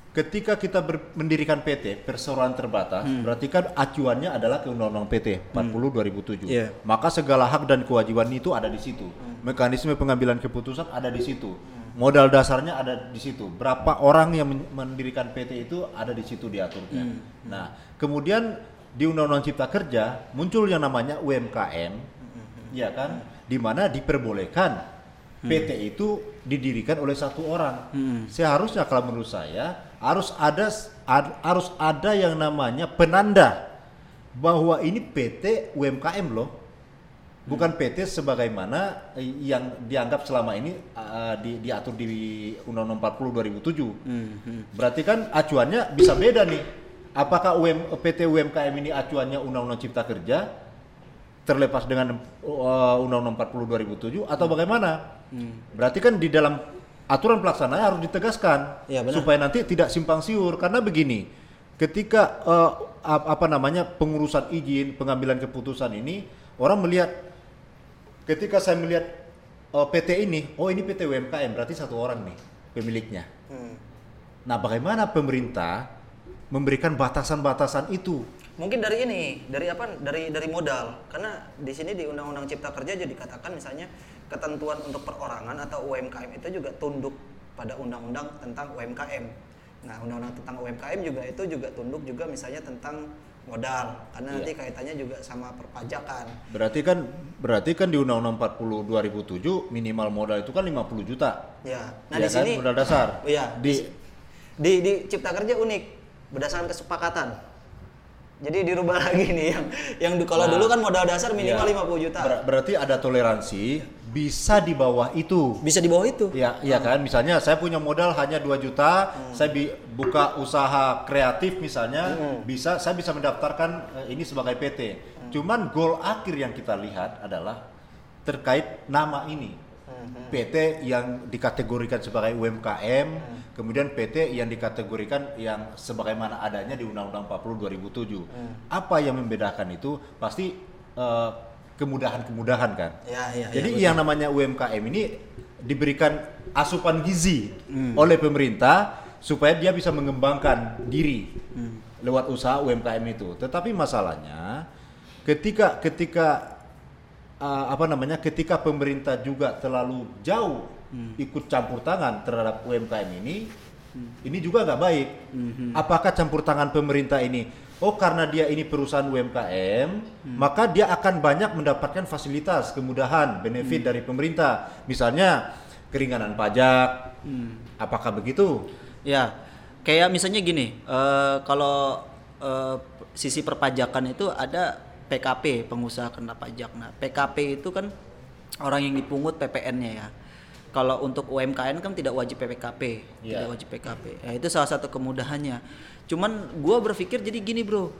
B: ketika kita ber- mendirikan P T, perseroan terbatas, hmm. berarti kan acuannya adalah ke Undang-Undang P T empat puluh dua ribu tujuh. Yeah. Maka segala hak dan kewajiban itu ada di situ. Hmm. Mekanisme pengambilan keputusan ada di situ. Hmm. Modal dasarnya ada di situ. Berapa orang yang men- mendirikan P T itu ada di situ diaturnya. Hmm. Nah, kemudian di Undang-Undang Cipta Kerja muncul yang namanya U M K M, hmm. ya kan, hmm. di mana diperbolehkan hmm. P T itu didirikan oleh satu orang. Hmm. Seharusnya kalau menurut saya harus ada ad, harus ada yang namanya penanda bahwa ini P T U M K M loh, bukan P T sebagaimana yang dianggap selama ini uh, di, diatur di Undang-Undang empat puluh dua ribu tujuh. Hmm. Berarti kan acuannya bisa beda nih. Apakah U M, P T U M K M ini acuannya Undang-Undang Cipta Kerja terlepas dengan uh, Undang-Undang empat puluh dua ribu tujuh atau bagaimana? Hmm. Berarti kan di dalam aturan pelaksananya harus ditegaskan ya, supaya nanti tidak simpang siur. Karena begini, ketika uh, apa namanya pengurusan izin, pengambilan keputusan ini, orang melihat, ketika saya melihat uh, P T ini, oh ini P T U M K M, berarti satu orang nih pemiliknya. Hmm. Nah, bagaimana pemerintah memberikan batasan-batasan itu?
A: Mungkin dari ini, dari apa? Dari dari modal. Karena di sini di Undang-Undang Cipta Kerja jadi dikatakan misalnya ketentuan untuk perorangan atau U M K M itu juga tunduk pada undang-undang tentang U M K M. Nah, undang-undang tentang U M K M juga itu juga tunduk juga misalnya tentang modal, karena iya. nanti kaitannya juga sama perpajakan.
B: Berarti kan berarti kan di Undang-Undang empat puluh dua ribu tujuh minimal modal itu kan lima puluh juta.
A: Ya.
B: Nah, ya di kan? Sini modal dasar.
A: Iya. Di di di Cipta Kerja unik berdasarkan kesepakatan. Jadi dirubah lagi nih yang yang kalau nah, dulu kan modal dasar minimal ya, lima puluh juta.
B: Ber- berarti ada toleransi bisa di bawah itu.
A: Bisa di bawah itu.
B: Ya, iya hmm. kan. Misalnya saya punya modal hanya dua juta, hmm. saya bi- buka usaha kreatif misalnya, hmm. bisa saya bisa mendaftarkan uh, ini sebagai P T. Hmm. Cuman goal akhir yang kita lihat adalah terkait nama ini. Hmm. P T yang dikategorikan sebagai U M K M, hmm. kemudian P T yang dikategorikan yang sebagaimana adanya di Undang-Undang empat puluh dua ribu tujuh. Hmm. Apa yang membedakan itu? Pasti uh, kemudahan-kemudahan kan.
A: Ya, ya,
B: Jadi
A: ya,
B: yang namanya U M K M ini diberikan asupan gizi hmm. oleh pemerintah supaya dia bisa mengembangkan diri hmm. lewat usaha U M K M itu. Tetapi masalahnya ketika ketika uh, apa namanya ketika pemerintah juga terlalu jauh hmm. ikut campur tangan terhadap U M K M ini, hmm. ini juga nggak baik. Hmm. Apakah campur tangan pemerintah ini? Oh, karena dia ini perusahaan U M K M, hmm. maka dia akan banyak mendapatkan fasilitas, kemudahan, benefit hmm. dari pemerintah. Misalnya keringanan pajak. Hmm. Apakah begitu?
A: Ya, kayak misalnya gini, uh, kalau uh, sisi perpajakan itu ada P K P, pengusaha kena pajak. Nah, P K P itu kan orang yang dipungut P P N-nya ya. Kalau untuk U M K M kan tidak wajib P P K P, yeah. tidak wajib P K P. Ya, itu salah satu kemudahannya. Cuman gue berpikir jadi gini bro,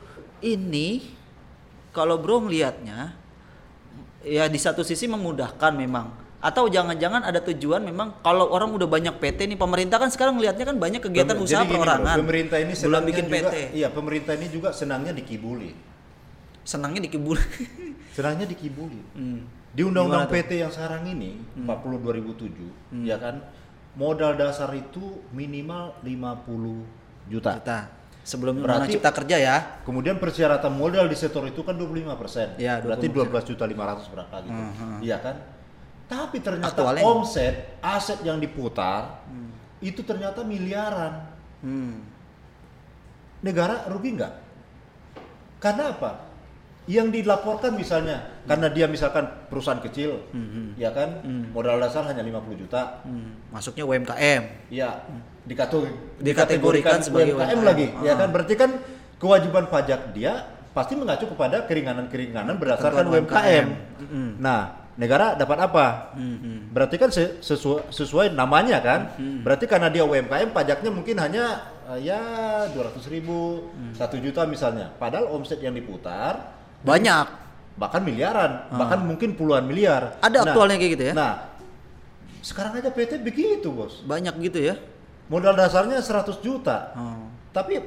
A: ini kalau bro ngelihatnya, ya di satu sisi memudahkan memang. Atau jangan-jangan ada tujuan memang kalau orang udah banyak P T nih, pemerintah kan sekarang ngelihatnya kan banyak kegiatan Pem- usaha perorangan.
B: Bro, pemerintah ini
A: belum bikin
B: juga,
A: P T.
B: Iya, pemerintah ini juga senangnya dikibuli.
A: Senangnya dikibuli.
B: senangnya dikibuli. Hmm. Di Undang-Undang P T yang sekarang ini hmm. empat puluh dua ribu tujuh, hmm. ya kan, modal dasar itu minimal lima puluh juta. Juta.
A: Sebelum Undang-Undang Cipta Kerja ya.
B: Kemudian persyaratan modal di sektor itu kan dua puluh lima persen.
A: Ya,
B: berarti dua belas juta lima ratus berapa gitu.
A: Uh-huh.
B: Iya kan? Tapi ternyata
A: Aktualnya.
B: omset aset yang diputar hmm. itu ternyata miliaran. Hmm. Negara rugi nggak? Karena apa? Yang dilaporkan misalnya hmm. karena dia misalkan perusahaan kecil, hmm. ya kan, hmm. modal dasar hanya lima puluh juta,
A: hmm. masuknya U M K M,
B: ya, hmm. dikategorikan,
A: dikategorikan sebagai
B: U M K M lagi, uh-huh. ya kan, berarti kan kewajiban pajak dia pasti mengacu kepada keringanan-keringanan berdasarkan U M K M. Hmm. Nah, negara dapat apa? Hmm. Berarti kan sesuai, sesuai namanya kan, hmm. berarti karena dia U M K M pajaknya mungkin hanya uh, ya dua ratus ribu, hmm. satu juta misalnya, padahal omset yang diputar
A: banyak,
B: bahkan miliaran, hmm. bahkan mungkin puluhan miliar.
A: Ada aktualnya nah, kayak gitu ya?
B: Nah, sekarang aja P T begitu bos.
A: Banyak gitu ya?
B: Modal dasarnya seratus juta, hmm. tapi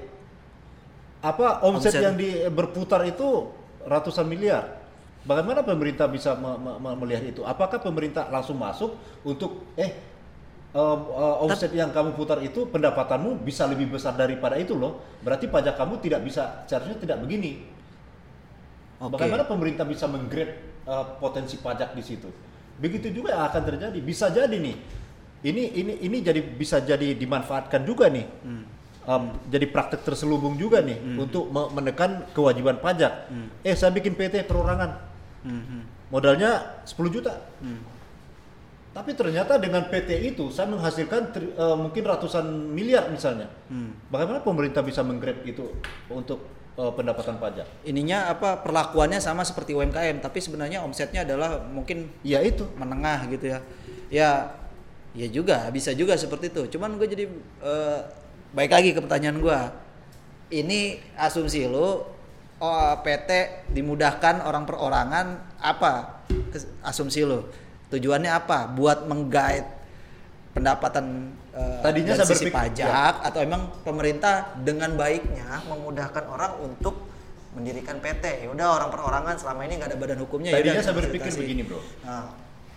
B: apa omset, omset yang di, berputar itu ratusan miliar. Bagaimana pemerintah bisa me- me- melihat itu? Apakah pemerintah langsung masuk untuk eh uh, uh, omset Tapi, yang kamu putar itu pendapatanmu bisa lebih besar daripada itu loh. Berarti pajak kamu tidak bisa, seharusnya tidak begini. Okay. Bagaimana pemerintah bisa menggrade uh, potensi pajak di situ? Begitu juga yang akan terjadi. Bisa jadi nih. Ini ini ini jadi bisa jadi dimanfaatkan juga nih. Hmm. Um, hmm. Jadi praktek terselubung juga nih hmm. untuk menekan kewajiban pajak. Hmm. Eh saya bikin P T perorangan. Hmm. Modalnya sepuluh juta. Hmm. Tapi ternyata dengan P T itu saya menghasilkan tri, uh, mungkin ratusan miliar misalnya. Hmm. Bagaimana pemerintah bisa menggrab itu untuk uh, pendapatan pajak?
A: Ininya apa perlakuannya sama seperti U M K M, tapi sebenarnya omsetnya adalah mungkin
B: ya itu
A: menengah gitu ya. Ya, ya juga bisa juga seperti itu. Cuman gue jadi uh, baik lagi ke pertanyaan gue. Ini asumsi lo, oh, P T dimudahkan orang perorangan apa? Asumsi lo. Tujuannya apa? Buat meng-guide pendapatan uh,
B: Tadinya
A: dari
B: saya
A: sisi
B: berpikir,
A: pajak
B: ya.
A: Atau emang pemerintah dengan baiknya memudahkan orang untuk mendirikan P T. Ya udah orang perorangan selama ini nggak ada badan hukumnya.
B: Tadinya
A: yaudah,
B: saya berpikir begini bro. Nah.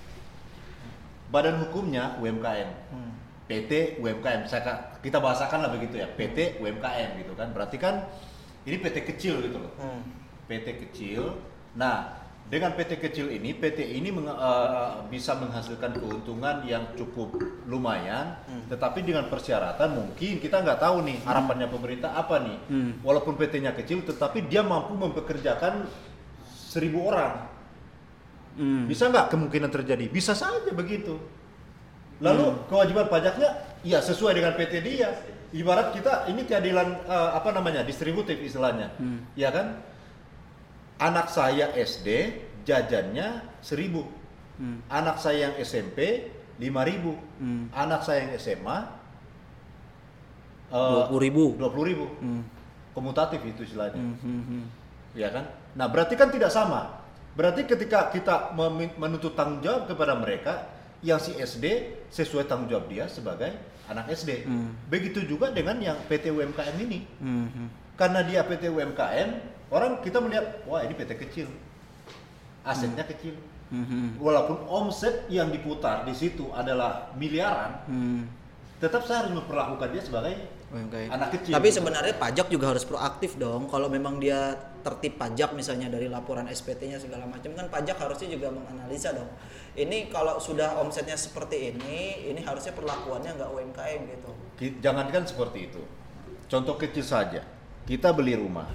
B: Badan hukumnya U M K M, hmm. P T U M K M. Saya, kita bahasakan lah begitu ya. P T U M K M gitu kan. Berarti kan ini P T kecil gitu loh. Hmm. P T kecil. Nah. Dengan P T kecil ini, P T ini meng, uh, bisa menghasilkan keuntungan yang cukup lumayan, hmm. tetapi dengan persyaratan mungkin kita nggak tahu nih harapannya pemerintah apa nih. Hmm. Walaupun P T-nya kecil, tetapi dia mampu mempekerjakan seribu orang. Hmm. Bisa nggak kemungkinan terjadi? Bisa saja begitu. Lalu hmm. kewajiban pajaknya, ya sesuai dengan P T dia. Ibarat kita ini keadilan uh, apa namanya distributif istilahnya, hmm. ya kan? Anak saya S D jajannya seribu, hmm. anak saya yang S M P lima ribu, hmm. anak saya yang S M A
A: dua puluh ribu,
B: dua puluh ribu, hmm. komutatif itu istilahnya,
A: hmm. Hmm. Hmm.
B: ya kan? Nah berarti kan tidak sama. Berarti ketika kita menuntut tanggung jawab kepada mereka, yang si S D sesuai tanggung jawab dia sebagai anak S D. Hmm. Begitu juga dengan yang P T U M K M ini, hmm. karena dia P T U M K M. Orang kita melihat, wah ini P T kecil, asetnya hmm. kecil. Hmm. Walaupun omset yang diputar di situ adalah miliaran, hmm. tetap saya harus memperlakukan dia sebagai okay. anak kecil.
A: Tapi sebenarnya pajak juga harus proaktif dong. Kalau memang dia tertib pajak misalnya dari laporan S P T-nya segala macam, kan pajak harusnya juga menganalisa dong. Ini kalau sudah omsetnya seperti ini, ini harusnya perlakuannya nggak U M K M gitu.
B: Jangankan seperti itu. Contoh kecil saja, kita beli rumah.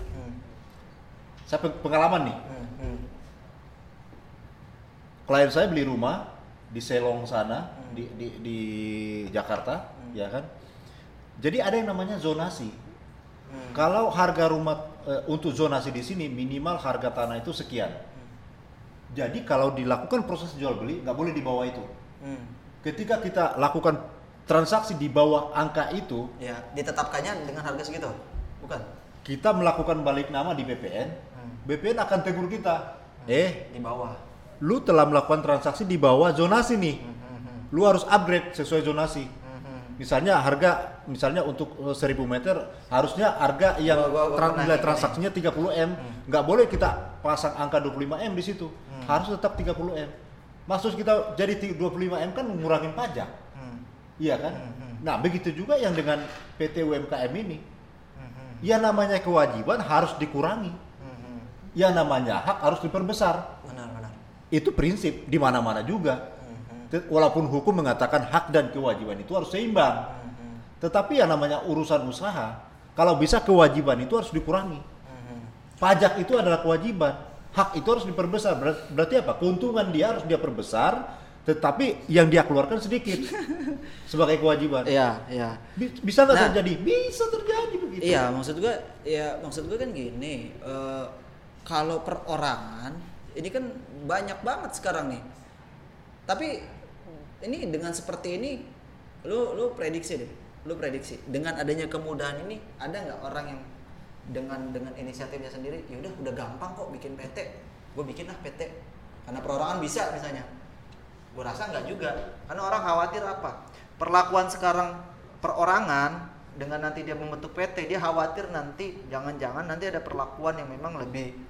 B: Saya pengalaman nih, hmm, hmm. klien saya beli rumah di Selong sana, hmm. di, di, di Jakarta, hmm. ya kan. Jadi ada yang namanya zonasi. Hmm. Kalau harga rumah e, untuk zonasi di sini minimal harga tanah itu sekian. Hmm. Jadi kalau dilakukan proses jual beli nggak boleh di bawah itu. Hmm. Ketika kita lakukan transaksi di bawah angka itu,
A: ya ditetapkannya dengan harga segitu, bukan?
B: Kita melakukan balik nama di B P N. B P N akan tegur kita, hmm. eh
A: di bawah.
B: Lu telah melakukan transaksi di bawah zonasi nih, hmm. lu harus upgrade sesuai zonasi. Hmm. Misalnya harga, misalnya untuk seribu meter harusnya harga yang gua, gua, gua nilai transaksinya tiga puluh M, hmm. nggak boleh kita pasang angka dua puluh lima M di situ, hmm. harus tetap tiga puluh M. Maksud kita jadi dua puluh lima M kan ngurangin pajak, hmm. iya kan? Hmm. Nah begitu juga yang dengan P T U M K M ini, hmm. ya namanya kewajiban harus dikurangi. Yang namanya hak harus diperbesar.
A: Benar, benar.
B: Itu prinsip di mana-mana juga. Mm-hmm. Walaupun hukum mengatakan hak dan kewajiban itu harus seimbang. Mm-hmm. Tetapi yang namanya urusan usaha, kalau bisa kewajiban itu harus dikurangi. Mm-hmm. Pajak itu adalah kewajiban, hak itu harus diperbesar. Ber- berarti apa? Keuntungan dia harus dia perbesar, tetapi yang dia keluarkan sedikit sebagai kewajiban.
A: Iya, iya.
B: Bisa nggak nah, terjadi? Bisa terjadi begitu.
A: Iya, maksud gue, ya maksud gue kan gini. Uh, Kalau perorangan ini kan banyak banget sekarang nih. Tapi ini dengan seperti ini, lu lu prediksi deh, lu prediksi dengan adanya kemudahan ini ada nggak orang yang dengan dengan inisiatifnya sendiri, ya udah udah gampang kok bikin P T, gue bikin lah P T karena perorangan bisa misalnya. Gue rasa nggak juga, karena orang khawatir apa? Perlakuan sekarang perorangan dengan nanti dia membentuk P T, dia khawatir nanti jangan-jangan nanti ada perlakuan yang memang lebih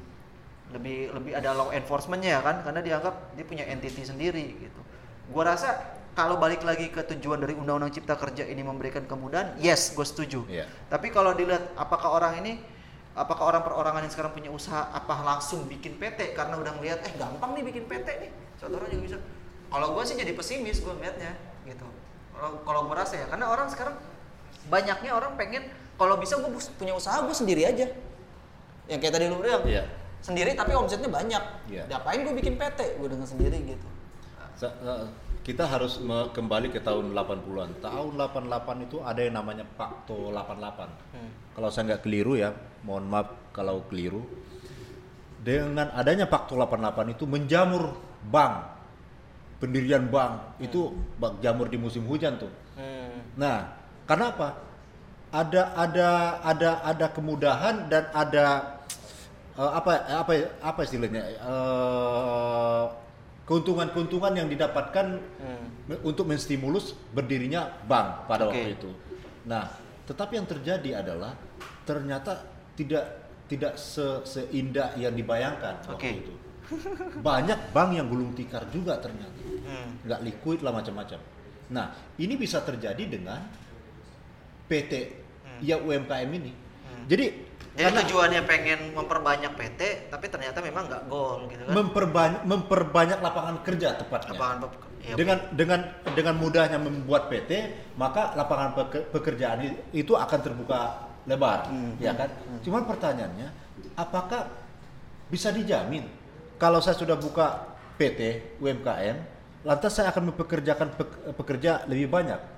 A: lebih lebih ada law enforcement-nya ya kan, karena dianggap dia punya entity sendiri gitu. Gua rasa kalau balik lagi ke tujuan dari Undang-Undang Cipta Kerja ini memberikan kemudahan, yes, gue setuju.
B: Yeah.
A: Tapi kalau dilihat apakah orang ini, apakah orang perorangan yang sekarang punya usaha, apa langsung bikin P T karena udah ngeliat, eh gampang nih bikin P T nih, satu orang juga bisa. Kalau gue sih jadi pesimis gue ngeliatnya, gitu. Kalau kalau gue rasa ya, karena orang sekarang banyaknya orang pengen, kalau bisa gue punya usaha gue sendiri aja. Yang kayak tadi lu bilang, yeah. sendiri tapi omsetnya banyak. Yeah. Ngapain gue bikin P T, gue dengan sendiri gitu.
B: Sa- kita harus me- kembali ke tahun delapan puluhan. Tahun delapan puluh delapan itu ada yang namanya Pakto delapan puluh delapan. Hmm. Kalau saya nggak keliru ya, mohon maaf kalau keliru. Dengan adanya Pakto delapan puluh delapan itu menjamur bank, pendirian bank, hmm. itu bak jamur di musim hujan tuh. Hmm. Nah, karena apa? Ada ada ada ada kemudahan dan ada uh, apa apa apa istilahnya? Uh, keuntungan-keuntungan yang didapatkan hmm. untuk menstimulus berdirinya bank pada okay. waktu itu. Nah, tetapi yang terjadi adalah ternyata tidak tidak se seindah yang dibayangkan waktu okay. itu. Banyak bank yang gulung tikar juga ternyata, hmm. nggak liquid lah macam-macam. Nah, ini bisa terjadi dengan P T hmm. ya U M K M ini. Hmm. Jadi
A: Jadi karena tujuannya pengen memperbanyak P T, tapi ternyata memang nggak goal gitu kan?
B: Memperbanyak, memperbanyak lapangan kerja tepatnya. Lapangan ya, dengan okay. dengan dengan mudahnya membuat P T, maka lapangan pekerjaan itu akan terbuka lebar, hmm. ya kan? Hmm. Cuman pertanyaannya, apakah bisa dijamin kalau saya sudah buka P T U M K M, lantas saya akan mempekerjakan pekerja lebih banyak?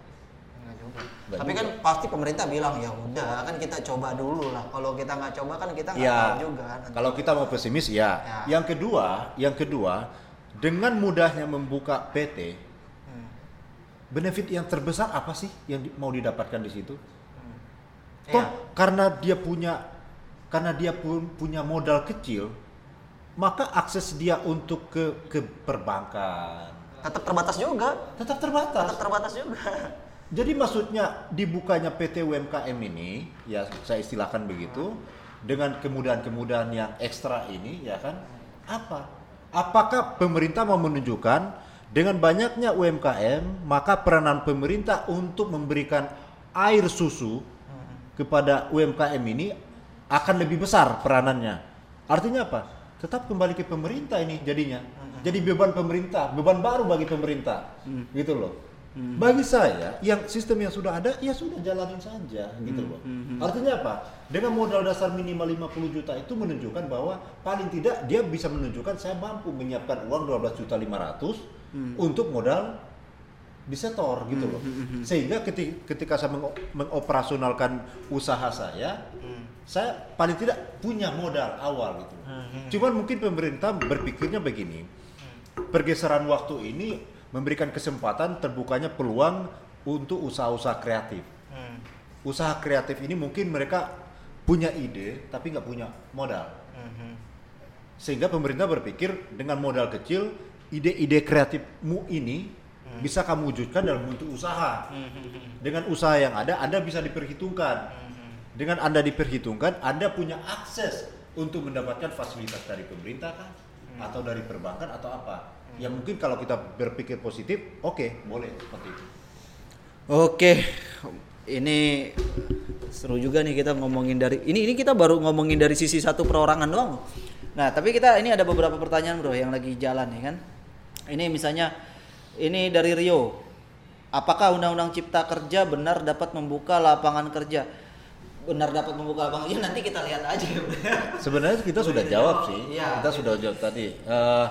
A: Gak tapi juga. Kan pasti pemerintah bilang ya udah kan kita coba dulu lah. Kalau kita nggak coba kan kita nggak
B: ya,
A: tahu juga. Nanti.
B: Kalau kita mau pesimis ya. ya. Yang kedua, yang kedua dengan mudahnya membuka P T, hmm. benefit yang terbesar apa sih yang di, mau didapatkan di situ? Hmm. Toh ya. karena dia punya karena dia pun punya modal kecil, maka akses dia untuk ke ke perbankan
A: tetap terbatas juga.
B: Tetap terbatas.
A: Tetap terbatas juga.
B: Jadi maksudnya dibukanya P T U M K M ini, ya saya istilahkan begitu, dengan kemudahan-kemudahan yang ekstra ini, ya kan? Apa? Apakah pemerintah mau menunjukkan dengan banyaknya U M K M, maka peranan pemerintah untuk memberikan air susu kepada U M K M ini akan lebih besar peranannya? Artinya apa? Tetap kembali ke pemerintah ini jadinya. Jadi beban pemerintah, beban baru bagi pemerintah, gitu loh. Hmm. Bagi saya, yang sistem yang sudah ada, ya sudah jalanin saja, gitu loh. Hmm. Artinya apa? Dengan modal dasar minimal lima puluh juta itu menunjukkan bahwa paling tidak dia bisa menunjukkan saya mampu menyiapkan uang dua belas juta lima ratus hmm. untuk modal di setor, gitu loh. Hmm. Sehingga ketika, ketika saya mengoperasionalkan usaha saya, hmm. saya paling tidak punya modal awal, gitu. Hmm. Cuman mungkin pemerintah berpikirnya begini, hmm. pergeseran waktu ini memberikan kesempatan terbukanya peluang untuk usaha-usaha kreatif. Hmm. Usaha kreatif ini mungkin mereka punya ide tapi nggak punya modal. Hmm. Sehingga pemerintah berpikir dengan modal kecil, ide-ide kreatifmu ini hmm. bisa kamu wujudkan dalam bentuk usaha. Hmm. Dengan usaha yang ada, Anda bisa diperhitungkan. Hmm. Dengan Anda diperhitungkan, Anda punya akses untuk mendapatkan fasilitas dari pemerintah kan? Hmm. Atau dari perbankan atau apa. Ya mungkin kalau kita berpikir positif, oke, okay, boleh seperti itu.
A: Oke, ini seru juga nih kita ngomongin dari ini ini kita baru ngomongin dari sisi satu perorangan doang. Nah, tapi kita ini ada beberapa pertanyaan bro yang lagi jalan ya kan. Ini misalnya ini dari Rio. Apakah Undang-Undang Cipta Kerja benar dapat membuka lapangan kerja? Benar dapat membuka lapangan kerja, nanti kita lihat aja.
B: Sebenarnya kita sudah jawab sih. Ya, kita ya. sudah jawab tadi. Uh,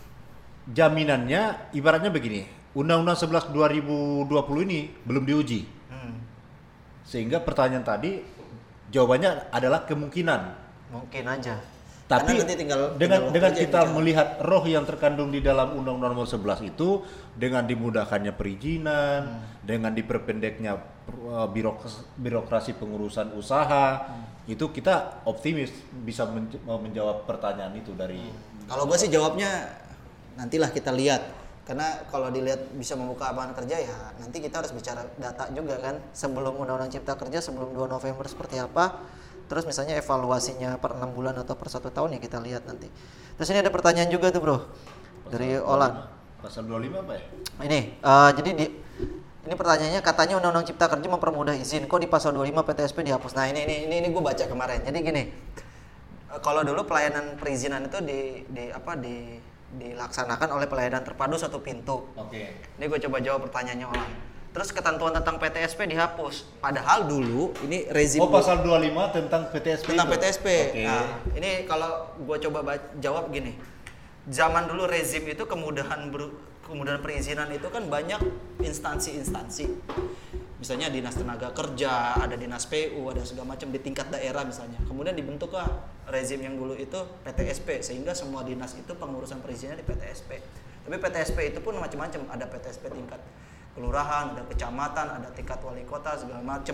B: Jaminannya ibaratnya begini, Undang-Undang sebelas dua ribu dua puluh ini belum diuji. Hmm. Sehingga pertanyaan tadi jawabannya adalah kemungkinan.
A: Mungkin aja.
B: Tapi tinggal, dengan tinggal dengan kita bicara. Melihat roh yang terkandung di dalam Undang-Undang nomor sebelas itu, dengan dimudahkannya perizinan, hmm. dengan diperpendeknya birokrasi, birokrasi pengurusan usaha, hmm. itu kita optimis bisa menj- menjawab pertanyaan itu dari.
A: Hmm. Kalau gue sih jawabnya nantilah kita lihat, karena kalau dilihat bisa membuka lapangan kerja ya nanti kita harus bicara data juga kan, sebelum Undang-Undang Cipta Kerja sebelum dua November seperti apa, terus misalnya evaluasinya per enam bulan atau per satu tahun ya kita lihat nanti. Terus ini ada pertanyaan juga tuh bro dari Olan,
B: Pasal dua puluh lima apa ya?
A: Ini uh, jadi di ini pertanyaannya katanya Undang-Undang Cipta Kerja mempermudah izin, kok di pasal dua puluh lima P T S P dihapus. Nah, ini ini ini, ini gue baca kemarin. Jadi gini. Kalau dulu pelayanan perizinan itu di di apa di dilaksanakan oleh pelayanan terpadu satu pintu.
B: Oke. Okay.
A: Ini gue coba jawab pertanyaannya orang. Terus ketentuan tentang P T S P dihapus. Padahal dulu ini rezim
B: Oh, pasal dua puluh lima tentang P T S P.
A: Tentang
B: itu?
A: P T S P.
B: Okay.
A: Nah, ini kalau gue coba baca, jawab gini. Zaman dulu rezim itu kemudahan ber, kemudahan perizinan itu kan banyak instansi-instansi. Misalnya dinas tenaga kerja, ada dinas P U, ada segala macam di tingkat daerah misalnya. Kemudian dibentuklah rezim yang dulu itu P T S P sehingga semua dinas itu pengurusan perizinan di P T S P. Tapi P T S P itu pun macam-macam, ada P T S P tingkat kelurahan, ada kecamatan, ada tingkat wali kota segala macam.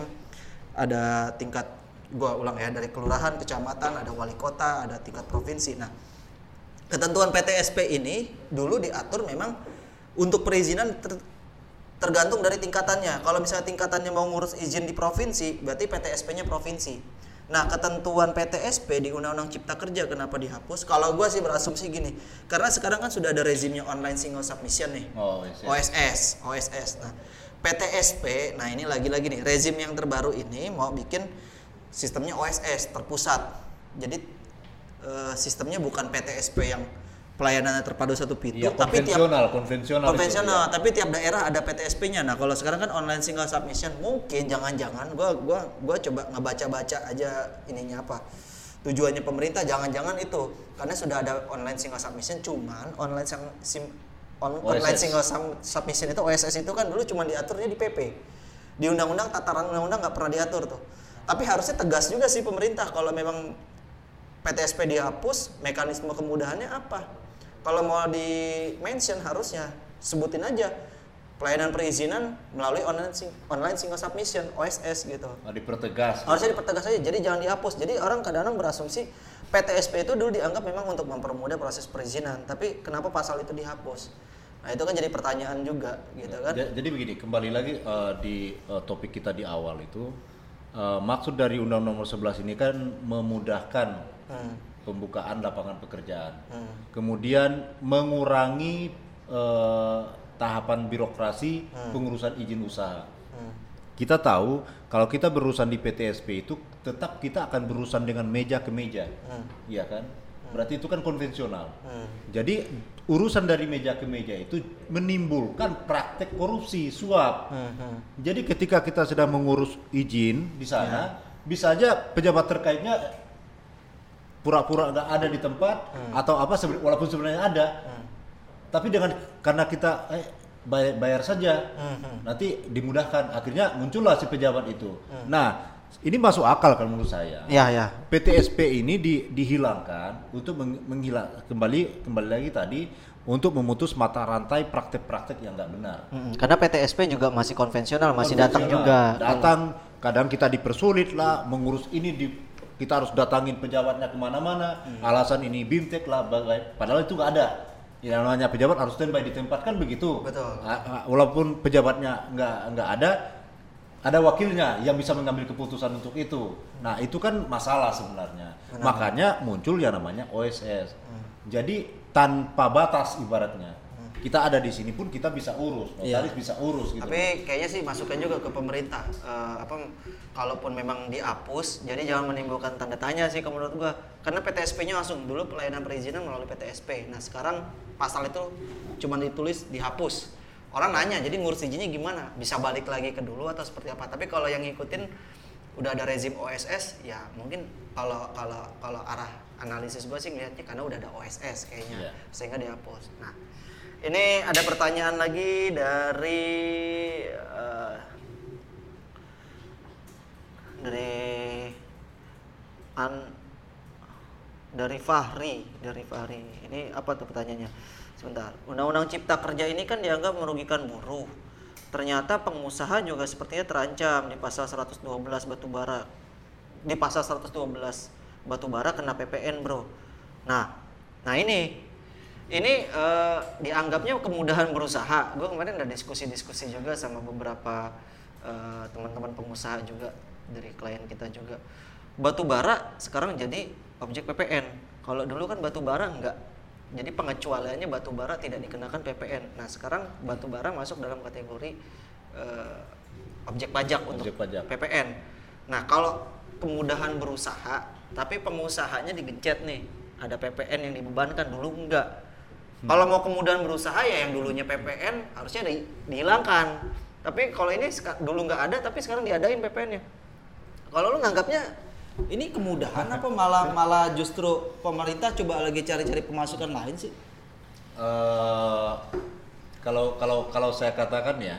A: Ada tingkat gua ulang ya dari kelurahan, kecamatan, ada wali kota, ada tingkat provinsi. Nah, ketentuan P T S P ini dulu diatur memang untuk perizinan ter, tergantung dari tingkatannya. Kalau misalnya tingkatannya mau ngurus izin di provinsi, berarti P T S P-nya provinsi. Nah, ketentuan P T S P di Undang-Undang Cipta Kerja kenapa dihapus? Kalau gue sih berasumsi gini, karena sekarang kan sudah ada rezimnya online single submission nih,
B: oh,
A: O S S, O S S. Nah, P T S P, nah ini lagi-lagi nih, rezim yang terbaru ini mau bikin sistemnya O S S terpusat. Jadi e, sistemnya bukan P T S P yang pelayanannya terpadu satu pintu,
B: ya,
A: tapi tiap
B: konvensional, konvensional,
A: konvensional,
B: itu, ya.
A: Tapi tiap daerah ada P T S P-nya. Nah, kalau sekarang kan online single submission, mungkin jangan-jangan gua gua gua coba ngebaca-baca aja ininya apa. Tujuannya pemerintah jangan-jangan itu karena sudah ada online single submission, cuman online sim, sim on, online single submission itu O S S itu kan dulu cuma diaturnya di P P. Di undang-undang tataran undang-undang nggak pernah diatur tuh. Tapi harusnya tegas juga sih pemerintah kalau memang P T S P dihapus, mekanisme kemudahannya apa? Kalau mau di mention harusnya sebutin aja pelayanan perizinan melalui online sing, online single submission O S S gitu.
B: Oh, dipertegas.
A: Harusnya dipertegas aja. Jadi jangan dihapus. Jadi orang kadang-kadang berasumsi P T S P itu dulu dianggap memang untuk mempermudah proses perizinan, tapi kenapa pasal itu dihapus? Nah, itu kan jadi pertanyaan juga gitu kan.
B: Jadi begini, kembali lagi uh, di uh, topik kita di awal itu uh, maksud dari Undang-Undang Nomor sebelas ini kan memudahkan hmm. pembukaan lapangan pekerjaan, hmm. kemudian mengurangi uh, tahapan birokrasi hmm. pengurusan izin usaha. Hmm. Kita tahu kalau kita berurusan di P T S P itu tetap kita akan berurusan dengan meja ke meja, hmm. iya kan? Hmm. Berarti itu kan konvensional. Hmm. Jadi urusan dari meja ke meja itu menimbulkan praktek korupsi, suap. Hmm. Jadi ketika kita sedang mengurus izin di sana, ya. bisa aja pejabat terkaitnya pura-pura nggak ada di tempat hmm. atau apa walaupun sebenarnya ada, hmm. tapi dengan karena kita eh, bayar, bayar saja, hmm. nanti dimudahkan, akhirnya muncullah si pejabat itu. Hmm. Nah, ini masuk akal kan menurut saya.
A: Ya, ya.
B: P T S P ini di, dihilangkan untuk meng, menghilang kembali kembali lagi tadi untuk memutus mata rantai praktek-praktek yang nggak benar.
A: Hmm. Karena P T S P juga masih konvensional, masih
B: konvensional.
A: datang juga.
B: Datang, kadang kita dipersulit lah mengurus ini di kita harus datangin pejabatnya kemana-mana, hmm. alasan ini bimtek lah, bagai, padahal itu nggak ada. Yang namanya pejabat harus standby di tempat kan begitu.
A: Betul.
B: Walaupun pejabatnya nggak nggak ada, ada wakilnya yang bisa mengambil keputusan untuk itu. Nah itu kan masalah sebenarnya. Benar. Makanya muncul yang namanya O S S. Hmm. Jadi tanpa batas ibaratnya. Kita ada di sini pun kita bisa urus, notaris ya. bisa urus gitu.
A: Tapi kayaknya sih masukan juga ke pemerintah. Uh, apa kalaupun memang dihapus, jadi jangan menimbulkan tanda tanya sih kalau menurut gua. Karena P T S P-nya langsung dulu pelayanan perizinan melalui P T S P. Nah, sekarang pasal itu cuma ditulis dihapus. Orang nanya, jadi ngurus izinnya gimana? Bisa balik lagi ke dulu atau seperti apa? Tapi kalau yang ngikutin udah ada rezim O S S, ya mungkin kalau kalau kalau arah analisis gua sih ngelihatnya karena udah ada O S S kayaknya, yeah. sehingga dihapus. Nah, ini ada pertanyaan lagi dari uh, dari an dari Fahri, dari Fahri. Ini apa tuh pertanyaannya? Sebentar. Undang-Undang Cipta Kerja ini kan dianggap merugikan buruh. Ternyata pengusaha juga sepertinya terancam di pasal seratus dua belas batubara. Di pasal seratus dua belas batubara kena P P N, Bro. Nah, nah ini Ini uh, dianggapnya kemudahan berusaha. Gue kemarin ada diskusi-diskusi juga sama beberapa uh, teman-teman pengusaha juga dari klien kita juga. Batu bara sekarang jadi objek P P N. Kalau dulu kan batu bara enggak Jadi pengecualiannya batu bara tidak dikenakan P P N. Nah sekarang batu bara masuk dalam kategori uh, objek pajak untuk
B: Objek pajak.
A: P P N. Nah kalau kemudahan berusaha, tapi pengusahanya digencet nih, ada P P N yang dibebankan, dulu enggak. Hmm. Kalau mau kemudahan berusaha ya yang dulunya P P N harusnya di, dihilangkan. Tapi kalau ini dulu nggak ada, tapi sekarang diadain P P N-nya. Kalau lu nganggapnya ini kemudahan apa malah malah justru pemerintah coba lagi cari-cari pemasukan lain sih?
B: Uh, kalau kalau kalau saya katakan ya,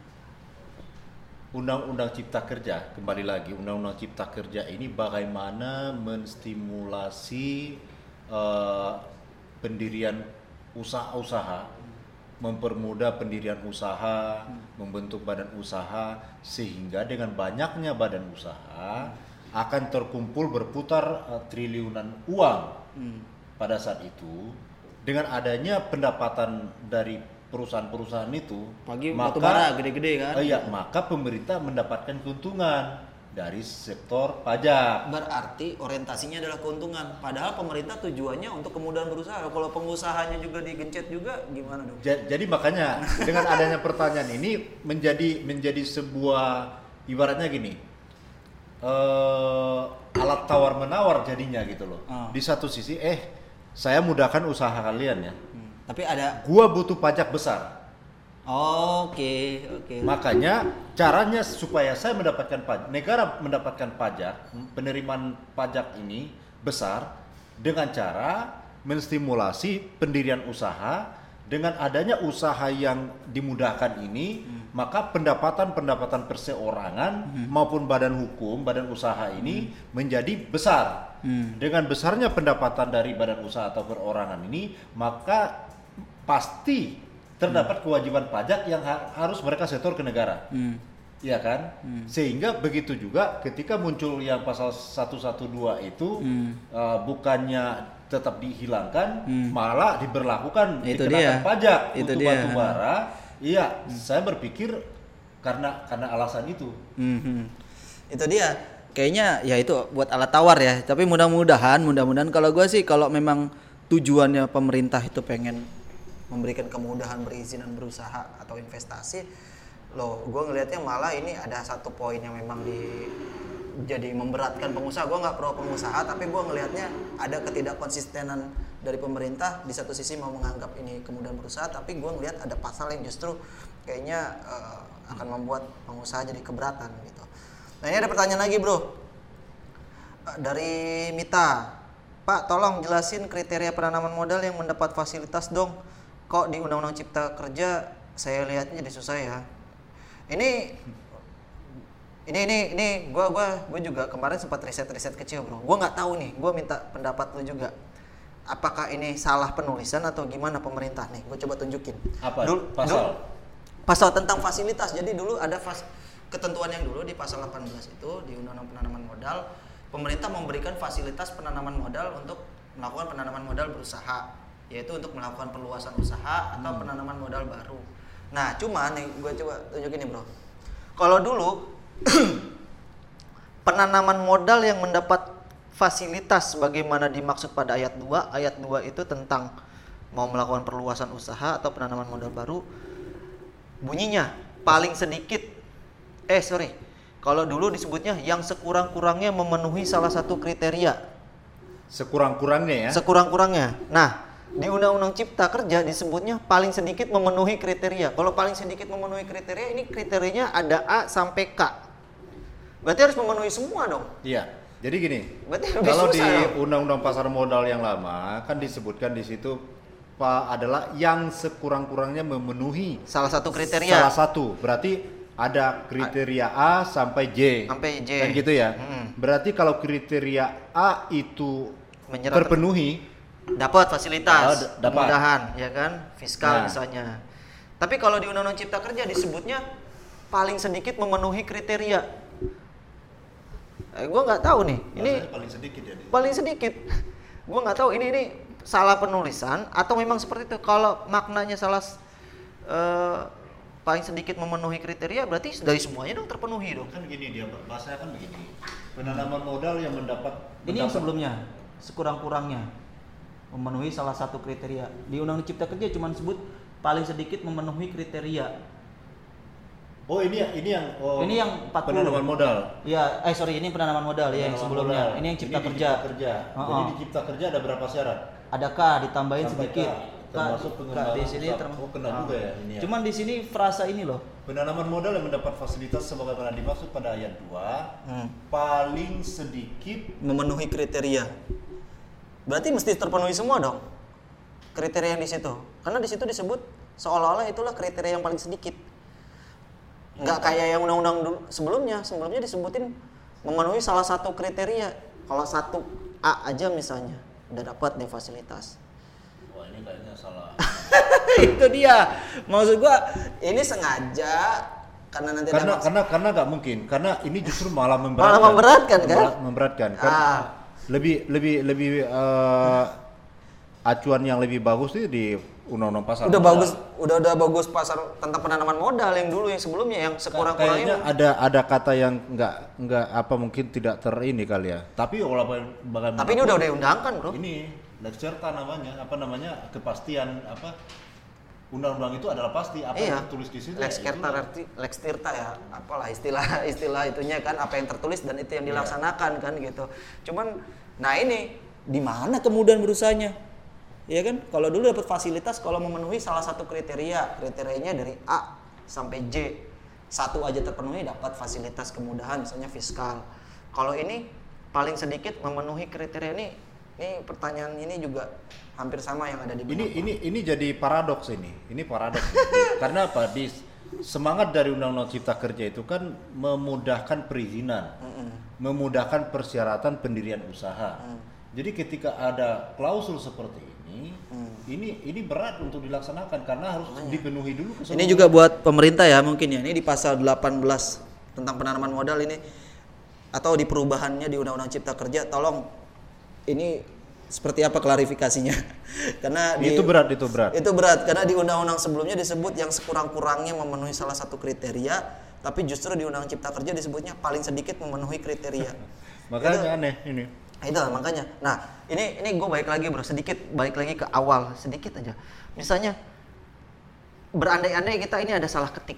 B: Undang-Undang Cipta Kerja, kembali lagi Undang-Undang Cipta Kerja ini bagaimana menstimulasi uh, pendirian usaha-usaha, mempermudah pendirian usaha, membentuk badan usaha, sehingga dengan banyaknya badan usaha akan terkumpul berputar uh, triliunan uang hmm. pada saat itu. Dengan adanya pendapatan dari perusahaan-perusahaan itu,
A: pagi
B: maka
A: batubara gede-gede kan?
B: Uh, iya, maka pemerintah mendapatkan keuntungan dari sektor pajak.
A: Berarti orientasinya adalah keuntungan. Padahal pemerintah tujuannya untuk kemudahan berusaha. Kalau pengusahanya juga digencet juga, gimana dong?
B: Jadi, jadi makanya dengan adanya pertanyaan ini menjadi menjadi sebuah ibaratnya gini. Uh, alat tawar menawar jadinya gitu loh. Oh. Di satu sisi eh saya mudahkan usaha kalian ya. Hmm.
A: Tapi ada
B: gua butuh pajak besar.
A: Oke, oh, oke. Okay, okay.
B: Makanya caranya supaya saya mendapatkan pajak, negara mendapatkan pajak, hmm. penerimaan pajak ini besar dengan cara menstimulasi pendirian usaha. Dengan adanya usaha yang dimudahkan ini, hmm. maka pendapatan-pendapatan perseorangan hmm. maupun badan hukum, badan usaha ini hmm. menjadi besar. Hmm. Dengan besarnya pendapatan dari badan usaha atau perorangan ini, maka pasti terdapat hmm. kewajiban pajak yang ha- harus mereka setor ke negara. Hmm. Iya kan? Hmm. Sehingga begitu juga ketika muncul yang pasal seratus dua belas itu hmm. uh, bukannya tetap dihilangkan, hmm. malah diberlakukan
A: itu
B: dikenakan
A: dia.
B: pajak
A: itu
B: untuk
A: dia.
B: batu bara. Iya, hmm. saya berpikir karena karena alasan itu.
A: Hmm. Itu dia. Kayaknya ya itu buat alat tawar ya. Tapi mudah-mudahan, mudah-mudahan kalau gue sih kalau memang tujuannya pemerintah itu pengen memberikan kemudahan berizinan berusaha atau investasi, loh, gue ngelihatnya malah ini ada satu poin yang memang di jadi memberatkan pengusaha. Gue nggak pro pengusaha, tapi gue ngelihatnya ada ketidakkonsistenan dari pemerintah. Di satu sisi mau menganggap ini kemudahan berusaha, tapi gue ngelihat ada pasal yang justru kayaknya uh, akan membuat pengusaha jadi keberatan gitu. Nah ini ada pertanyaan lagi bro, uh, dari Mita. Pak, tolong jelasin kriteria penanaman modal yang mendapat fasilitas dong. Kok di Undang-Undang Cipta Kerja saya lihatnya jadi susah ya. Ini Ini ini ini gue gua gue juga kemarin sempat riset-riset kecil bro. Gue nggak tahu nih. Gue minta pendapat lu juga. Apakah ini salah penulisan atau gimana pemerintah nih? Gue coba tunjukin.
B: Apa?
A: Dulu,
B: pasal?
A: Dulu, pasal tentang fasilitas. Jadi dulu ada fas, ketentuan yang dulu di pasal delapan belas itu di Undang-Undang Penanaman Modal, pemerintah memberikan fasilitas penanaman modal untuk melakukan penanaman modal berusaha, yaitu untuk melakukan perluasan usaha atau hmm. penanaman modal baru. Nah, cuman nih gue coba tunjukin nih bro. Kalau dulu penanaman modal yang mendapat fasilitas bagaimana dimaksud pada ayat dua. Ayat dua itu tentang mau melakukan perluasan usaha atau penanaman modal baru. Bunyinya paling sedikit eh sorry. Kalau dulu disebutnya yang sekurang-kurangnya memenuhi salah satu kriteria.
B: Sekurang-kurangnya ya.
A: Sekurang-kurangnya. Nah, di Undang-Undang Cipta Kerja disebutnya paling sedikit memenuhi kriteria. Kalau paling sedikit memenuhi kriteria, ini kriterianya ada A sampai K. Berarti harus memenuhi semua dong.
B: Iya. Jadi gini.
A: Berarti
B: kalau di
A: dong.
B: Undang-Undang Pasar Modal yang lama kan disebutkan di situ Pak adalah yang sekurang-kurangnya memenuhi
A: salah satu kriteria.
B: Salah satu. Berarti ada kriteria A sampai J.
A: Sampai J.
B: Kan gitu ya.
A: Hmm.
B: Berarti kalau kriteria A itu
A: Menyerah
B: terpenuhi,
A: dapat fasilitas,
B: oh, d- dapat.
A: kemudahan, ya kan, fiskal
B: nah.
A: misalnya. Tapi kalau di Undang-Undang Cipta Kerja disebutnya paling sedikit memenuhi kriteria. Eh, gue nggak tahu nih, ini
B: paling sedikit ya.
A: Paling sedikit. Gue nggak tahu ini ini salah penulisan atau memang seperti itu. Kalau maknanya salah, uh, paling sedikit memenuhi kriteria, berarti dari semuanya dong terpenuhi dong.
B: Kan gini dia bahasanya kan begini. Penanaman modal yang mendapat.
A: Ini
B: mendapat,
A: yang sebelumnya, sekurang-kurangnya memenuhi salah satu kriteria. Di Undang-Undang Cipta Kerja cuma sebut paling sedikit memenuhi kriteria.
B: Oh ini ini yang oh,
A: ini yang empat puluh
B: penanaman modal.
A: Iya, eh sorry ini penanaman modal ya yang sebelumnya.
B: Modal.
A: Ini yang cipta
B: ini
A: kerja.
B: Cipta kerja.
A: Uh-uh.
B: Jadi di cipta kerja ada berapa syarat?
A: Ada K ditambahin
B: Sampai
A: sedikit.
B: K. Termasuk pengembangan
A: di sini
B: usaha.
A: term-
B: Oh kena
A: ah.
B: juga ya ini ya.
A: Cuman di sini frasa ini loh.
B: Penanaman modal yang mendapat fasilitas sebagaimana dimaksud pada ayat dua hmm. paling sedikit
A: memenuhi kriteria. Berarti mesti terpenuhi semua dong kriteria yang di situ. Karena di situ disebut seolah-olah itulah kriteria yang paling sedikit. Nggak kayak yang undang-undang dulu, sebelumnya. Sebelumnya disebutin memenuhi salah satu kriteria. Kalau satu A aja misalnya udah dapat deh fasilitas.
B: Wah ini kayaknya salah.
A: Itu dia. Maksud gua ini sengaja karena nanti
B: karena
A: ada
B: karena karena nggak mungkin. Karena ini justru malah memberatkan.
A: Malah memberatkan kan?
B: Malah memberatkan. Kan
A: Ah.
B: Lebih lebih lebih uh, acuan yang lebih bagus itu di undang-undang pasar
A: udah
B: modal.
A: bagus udah udah bagus pasar tentang penanaman modal yang dulu yang sebelumnya yang sekurang-kurangnya
B: kayaknya ada ada kata yang nggak nggak apa mungkin tidak ter ini kali ya tapi walaupun bagaimana
A: tapi ini udah udah diundangkan bro
B: ini lex certa namanya apa namanya kepastian apa undang-undang itu adalah pasti apa
A: iya.
B: yang tertulis di situ
A: lex certa arti lex tirta ya apalah istilah istilah itunya kan apa yang tertulis dan itu yang dilaksanakan kan gitu cuman nah ini di mana kemudahan berusahanya. Iya kan? Kalau dulu dapat fasilitas kalau memenuhi salah satu kriteria, kriterianya dari A sampai J. Satu aja terpenuhi dapat fasilitas kemudahan misalnya fiskal. Kalau ini paling sedikit memenuhi kriteria ini ini pertanyaan ini juga hampir sama yang ada di
B: ini ini ini jadi paradoks ini. Ini paradoks. Karena apa? Di semangat dari Undang-Undang Cipta Kerja itu kan memudahkan perizinan. Mm-mm. Memudahkan persyaratan pendirian usaha. Mm. Jadi ketika ada klausul seperti ini, hmm. ini ini berat untuk dilaksanakan karena harus Namanya. dipenuhi dulu keseluruhan. Ini
A: juga buat pemerintah ya mungkin ya. Ini di pasal delapan belas tentang penanaman modal ini atau di perubahannya di Undang-Undang Cipta Kerja, tolong ini seperti apa klarifikasinya? Karena di,
B: itu berat itu berat.
A: Itu berat karena di undang-undang sebelumnya disebut yang sekurang-kurangnya memenuhi salah satu kriteria, tapi justru di Undang-Undang Cipta Kerja disebutnya paling sedikit memenuhi kriteria.
B: Makanya
A: itu,
B: aneh ini.
A: Itu makanya. Nah, ini ini gue balik lagi bro, sedikit balik lagi ke awal, sedikit aja. Misalnya berandai-andai kita ini ada salah ketik.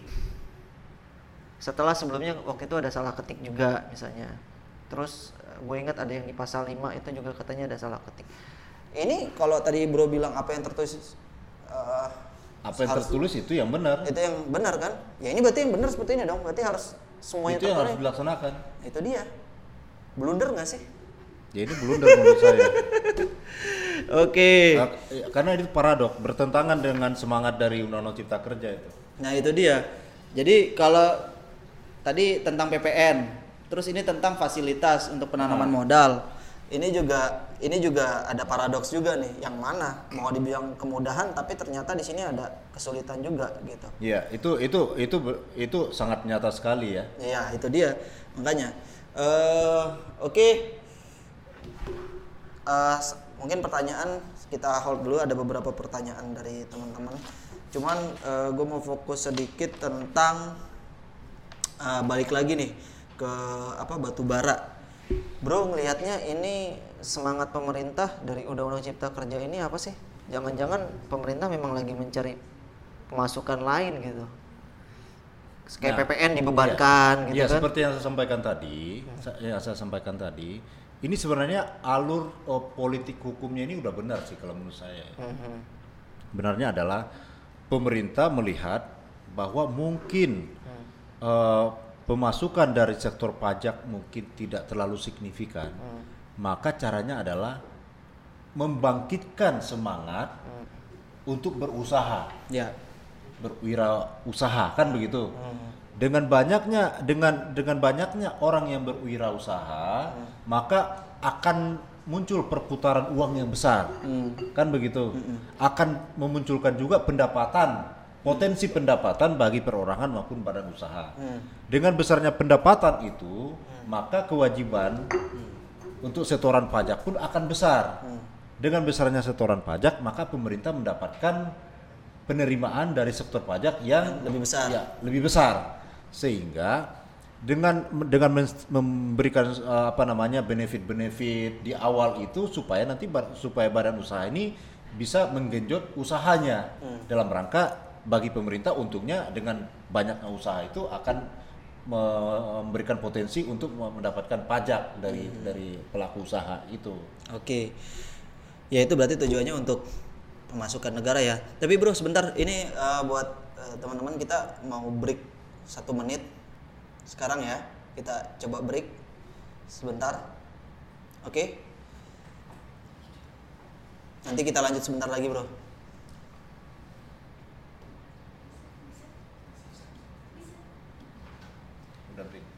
A: Setelah sebelumnya waktu itu ada salah ketik juga misalnya. Terus gue ingat ada yang di pasal lima itu juga katanya ada salah ketik. Ini kalau tadi bro bilang apa yang tertulis uh,
B: apa yang tertulis itu yang benar.
A: Itu yang benar kan? Ya ini berarti yang benar seperti ini dong. Berarti harus semuanya
B: itu yang harus dilaksanakan.
A: Itu dia. Blunder nggak sih?
B: Ya ini blunder menurut saya.
A: Oke. Okay.
B: Nah, karena itu paradok, bertentangan dengan semangat dari Undang-Undang Cipta Kerja itu.
A: Nah itu dia. Jadi kalau tadi tentang P P N, terus ini tentang fasilitas untuk penanaman nah. modal. Ini juga ini juga ada paradoks juga nih. Yang mana mau dibilang kemudahan, tapi ternyata di sini ada kesulitan juga gitu.
B: Iya, itu itu itu itu sangat nyata sekali ya.
A: Iya, itu dia. Makanya. Uh, Oke. Okay. Uh, mungkin pertanyaan kita hold dulu, ada beberapa pertanyaan dari teman-teman. Cuman uh, gue mau fokus sedikit tentang uh, balik lagi nih ke apa batu bara. Bro ngelihatnya ini semangat pemerintah dari Undang-Undang Cipta Kerja ini apa sih? Jangan-jangan pemerintah memang lagi mencari pemasukan lain gitu. Kayak nah, P P N dibebankan
B: ya,
A: gitu
B: ya,
A: kan? Ya
B: seperti yang saya sampaikan tadi, hmm. yang saya sampaikan tadi. Ini sebenarnya alur oh, politik hukumnya ini udah benar sih kalau menurut saya. Mm-hmm. Benarnya adalah pemerintah melihat bahwa mungkin mm. uh, pemasukan dari sektor pajak mungkin tidak terlalu signifikan. Mm. Maka caranya adalah membangkitkan semangat mm. untuk berusaha.
A: Yeah.
B: Berwirausaha kan begitu. Mm. Dengan banyaknya dengan dengan banyaknya orang yang berwirausaha, hmm. maka akan muncul perputaran uang yang besar, hmm. kan begitu. Hmm. Akan memunculkan juga pendapatan, potensi pendapatan bagi perorangan maupun badan usaha. Hmm. Dengan besarnya pendapatan itu, hmm. maka kewajiban hmm. untuk setoran pajak pun akan besar. Hmm. Dengan besarnya setoran pajak, maka pemerintah mendapatkan penerimaan dari sektor pajak yang
A: lebih besar.
B: Ya, lebih besar. Sehingga dengan dengan men- memberikan uh, apa namanya benefit-benefit di awal itu supaya nanti ba- supaya badan usaha ini bisa menggenjot usahanya hmm. dalam rangka bagi pemerintah untungnya dengan banyaknya usaha itu akan memberikan potensi untuk mendapatkan pajak dari hmm. dari pelaku usaha itu.
A: Oke. Ya itu berarti tujuannya untuk pemasukan negara ya. Tapi bro sebentar ini uh, buat uh, teman-teman kita mau break satu menit. Sekarang ya, kita coba break sebentar. Oke. Nanti kita lanjut sebentar lagi, bro.
B: Udah break.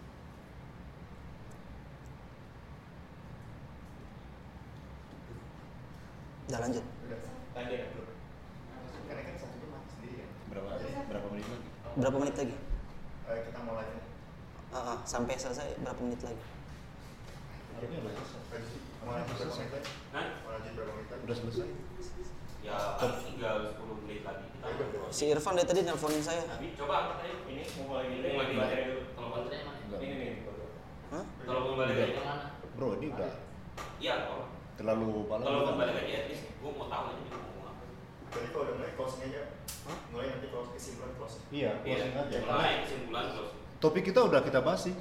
A: Udah lanjut.
C: Udah. Tadi ya, bro. Karena kan satu jam mati sendiri ya.
B: Berapa berapa menit lagi?
A: Berapa menit lagi?
C: Eh, kita mau lagi.
A: Uh, uh, sampai selesai berapa menit lagi?
B: Harusnya udah selesai.
C: Mau lanjut berapa menit lagi?
D: Hah?
C: Mau lanjut berapa menit lagi?
B: Udah selesai.
D: Ya paling tinggal sepuluh menit lagi kita udah.
A: Si Irfan dari tadi nelponin saya.
D: Tapi coba angkat aja ini mau mulai gini mau dibaterai dulu. Tolong baterai mana?
B: Enggak.
D: Ini nih.
A: Hah?
D: Tolong baterai yang mana?
B: Bro, ini udah
D: Iya, tolong.
B: terlalu malam.
D: Tolong baterai at least gua mau tahu aja dia mau ngomong apa.
C: Jadi kalau udah mulai closing aja. Mulai nanti closing kesimpulan closing.
B: Iya, closing
D: Iya,
B: aja.
D: mulai kesimpulan closing.
B: Topik kita udah kita bahas sih.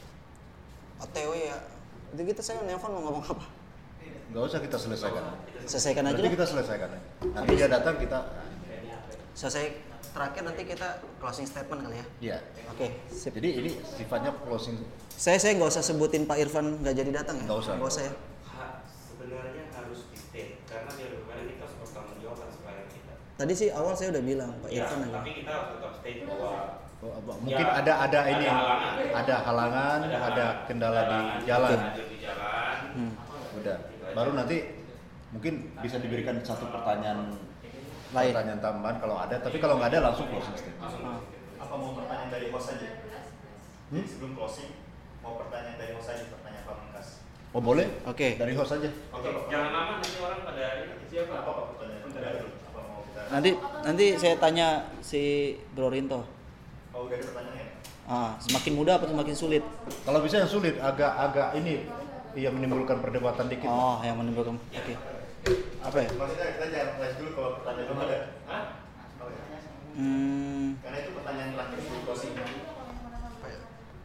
A: O T W ya. Itu kita saya nelpon mau ngomong apa?
B: Nggak usah kita selesaikan.
A: Selesaikan aja
B: Nanti
A: lah.
B: kita selesaikan aja. Nanti dia datang kita.
A: Selesai terakhir nanti kita closing statement kali ya.
B: Iya.
A: Oke, sip.
B: Jadi ini sifatnya closing.
A: Saya saya nggak usah sebutin Pak Irfan nggak jadi datang ya.
B: Nggak usah.
A: Nggak usah ya.
D: Ha, sebenarnya harus detail karena biar bagaimana kita harus bertanggung jawab atas klien kita.
A: Tadi sih awal saya udah bilang Pak
D: Ya,
A: Irfan aja.
D: tapi kita harus tetap state bahwa
B: Oh, apa, mungkin
D: Ya,
B: ada ada ini
D: ada halangan.
B: ada halangan, ada,
D: halangan,
B: kendala di
D: halangan,
B: jalan.
D: ada di jalan.
A: Hmm.
B: Udah. Baru nanti mungkin bisa diberikan satu pertanyaan
A: Lain.
B: pertanyaan tambahan kalau ada, tapi kalau nggak ada langsung closing statement.
A: Ah.
C: Apa mau pertanyaan dari host aja?
B: Hmm?
C: Jadi sebelum closing mau pertanyaan dari host aja, pertanyaan pamungkas.
B: Oh boleh?
A: Oke.
B: Dari host aja.
D: Oke, jangan lama nanti orang pada ini siapa?
C: Apa apa pertanyaan? Dari apa mau kita?
A: Nanti nanti saya tanya si Bro Rinto.
C: Oh udah ada pertanyaannya?
A: Ah, semakin mudah apa semakin sulit?
B: Kalau bisa yang sulit, agak-agak ini yang menimbulkan perdebatan dikit.
A: Oh, yang menimbulkan. Oke. Apa ya?
C: Maksudnya kita jangan flash dulu kalau pertanyaan belum ada.
D: Hah?
C: Oh, ya.
A: Hmm.
C: Karena itu pertanyaan terakhir sebelum closing.
A: Apa ya?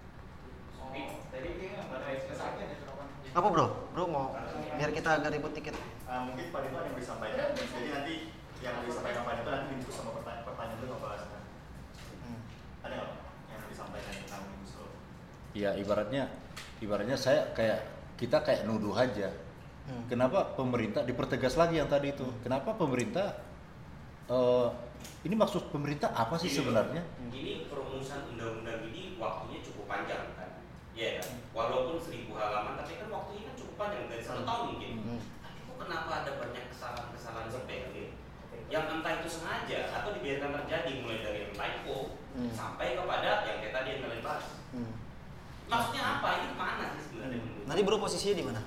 D: Tadi kayaknya pada ekspresinya ada
A: Apa bro? Bro mau biar kita agak ribut dikit.
C: Uh, mungkin Pak Ridwan yang bisa sampaikan. Jadi nanti yang disampaikan Pak Ridwan nanti dibungkus sama pertanyaan pertanyaan dulu apa alasannya?
A: Hmm.
C: Ada nggak Pak, yang disampaikan tentang Omnibus Law?
B: Iya, ibaratnya ibaratnya saya kayak kita kayak nuduh aja.
A: Hmm.
B: Kenapa pemerintah dipertegas lagi yang tadi itu? Kenapa pemerintah eh, ini maksud pemerintah apa sih
D: Ini-
B: sebenarnya?
D: Ini perumusan undang-undang ini waktunya cukup panjang kan? Ya kan? Walaupun seribu halaman, tapi kan waktunya kan cukup panjang dari satu tahun mungkin.
A: Hmm.
D: Tapi kok kenapa ada banyak kesalahan-kesalahan sepele yang entah itu sengaja atau dibiarkan terjadi mulai dari yang typo
A: Hmm.
D: sampai kepada yang kayak tadi yang kalian bahas.
A: Hmm.
D: Maksudnya apa? Ini kemana sih sebenarnya?
A: Nanti bro posisinya di mana?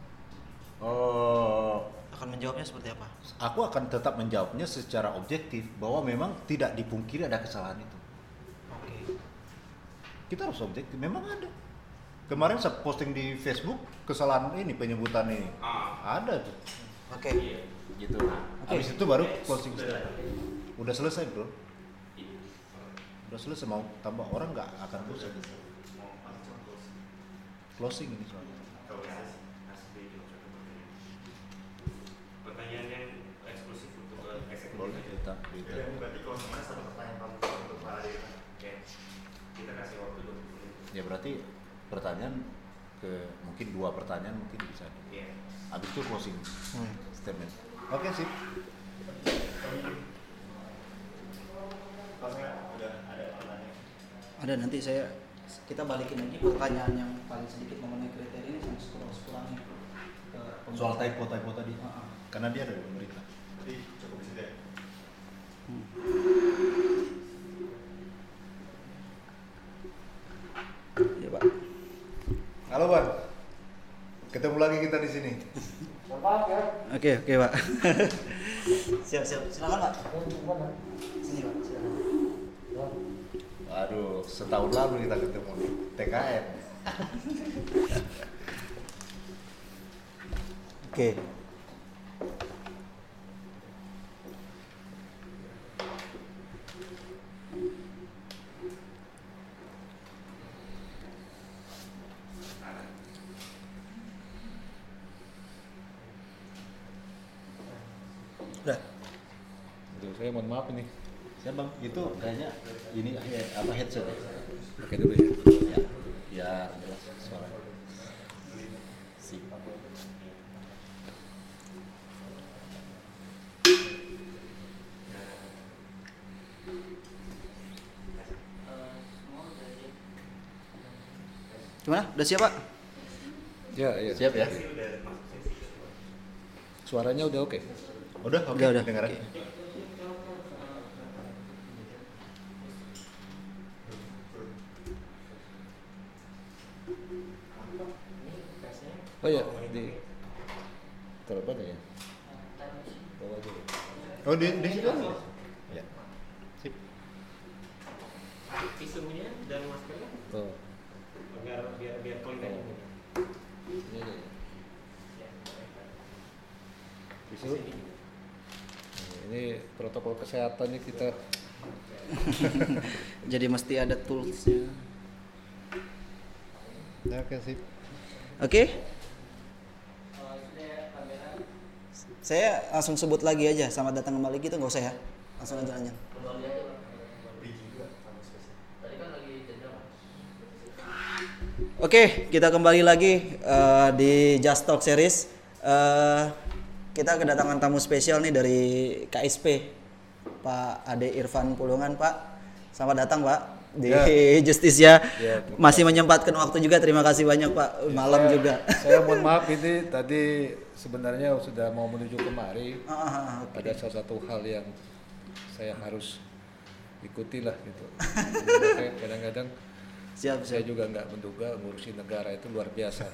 B: Oh,
A: Akan menjawabnya seperti apa?
B: aku akan tetap menjawabnya secara objektif bahwa memang tidak dipungkiri ada kesalahan itu.
A: Oke.
B: Kita harus objektif, memang ada. Kemarin saya posting di Facebook kesalahan ini penyebutan ini.
D: Ah,
B: Ada tuh.
A: Oke.
D: iya.
B: Gitu.
A: Oke.
B: Habis itu baru
D: Oke,
B: closing
D: sudah.
B: statement. Udah selesai, Bro.
D: Iya.
B: Udah selesai, mau tambah orang nggak akan bosan.
D: Mau langsung closing.
B: Closing ini soalnya.
C: Kalau bisa sih.
D: Pertanyaan yang eksklusif untuk eksekutif
B: Boleh
D: aja.
B: kita kita.
C: Jadi berarti kalau semuanya satu pertanyaan kamu untuk Pak Ridwan.
D: Oke. Kita kasih waktu dua puluh menit.
B: Ya berarti pertanyaan ke mungkin dua pertanyaan mungkin bisa.
D: Iya.
B: Habis itu closing
A: Hmm.
B: statement. Oke sip.
C: Kalau saya udah ada pertanyaan.
A: Ada nanti saya kita balikin lagi pertanyaan yang paling sedikit mengenai kriteria ini yang sekurang sekurangnya ke pemerintah.
B: Soal typo typo tadi.
A: Ah, ah.
B: Karena dia dari pemerintah.
C: Jadi cukup di situ ya.
A: Iya pak.
B: Halo Bang. Ketemu lagi kita di sini.
A: Oke oke pak. siap siap. Silakan pak. Sini pak. Silakan.
B: Waduh Waduh, setahun lalu kita ketemu di T K N.
A: Oke. Udah.
B: Aduh, saya mohon maaf ini. Saya bang, itu kayaknya ini he- apa headset?
E: Pakai dulu ya.
B: Ya, biar jelas suara. Sip.
A: Gimana? Udah siap, Pak?
E: Ya, ya.
B: Siap ya?
E: Suaranya udah oke.
B: Udah, oke,
A: Udah, udah.
B: kedengaran.
A: Oke.
E: Oh ya, di taruh mana ya? Bawa dulu.
B: Oh, di di situ aja. Ya. Sip.
F: Tisunya dan maskernya
E: Oh,
F: biar biar biar clean aja.
E: ini aja.
F: Ya.
E: Tisu. Ini protokol kesehatannya kita.
A: Jadi mesti ada toolsnya.
B: Ya, oke, sip.
A: Oke. Saya langsung sebut lagi aja, selamat datang kembali gitu, nggak usah ya, langsung aja aja. Oke, kita kembali lagi uh, di Just Talk Series. Uh, kita kedatangan tamu spesial nih dari K S P, Pak Ade Irfan Pulungan, Pak. Selamat datang, Pak, di
E: Ya.
A: Justisia.
E: Ya,
A: Masih menyempatkan waktu juga, terima kasih banyak, Pak. Malam
E: Saya-
A: juga.
E: Saya mohon maaf ini tadi sebenarnya sudah mau menuju kemari.
A: Ah, ah, ah, oke.
E: Ada salah satu hal yang saya harus ikuti lah gitu. Makanya kadang-kadang
A: Siap,
E: saya
A: siap.
E: juga nggak menduga ngurusin negara itu luar biasa.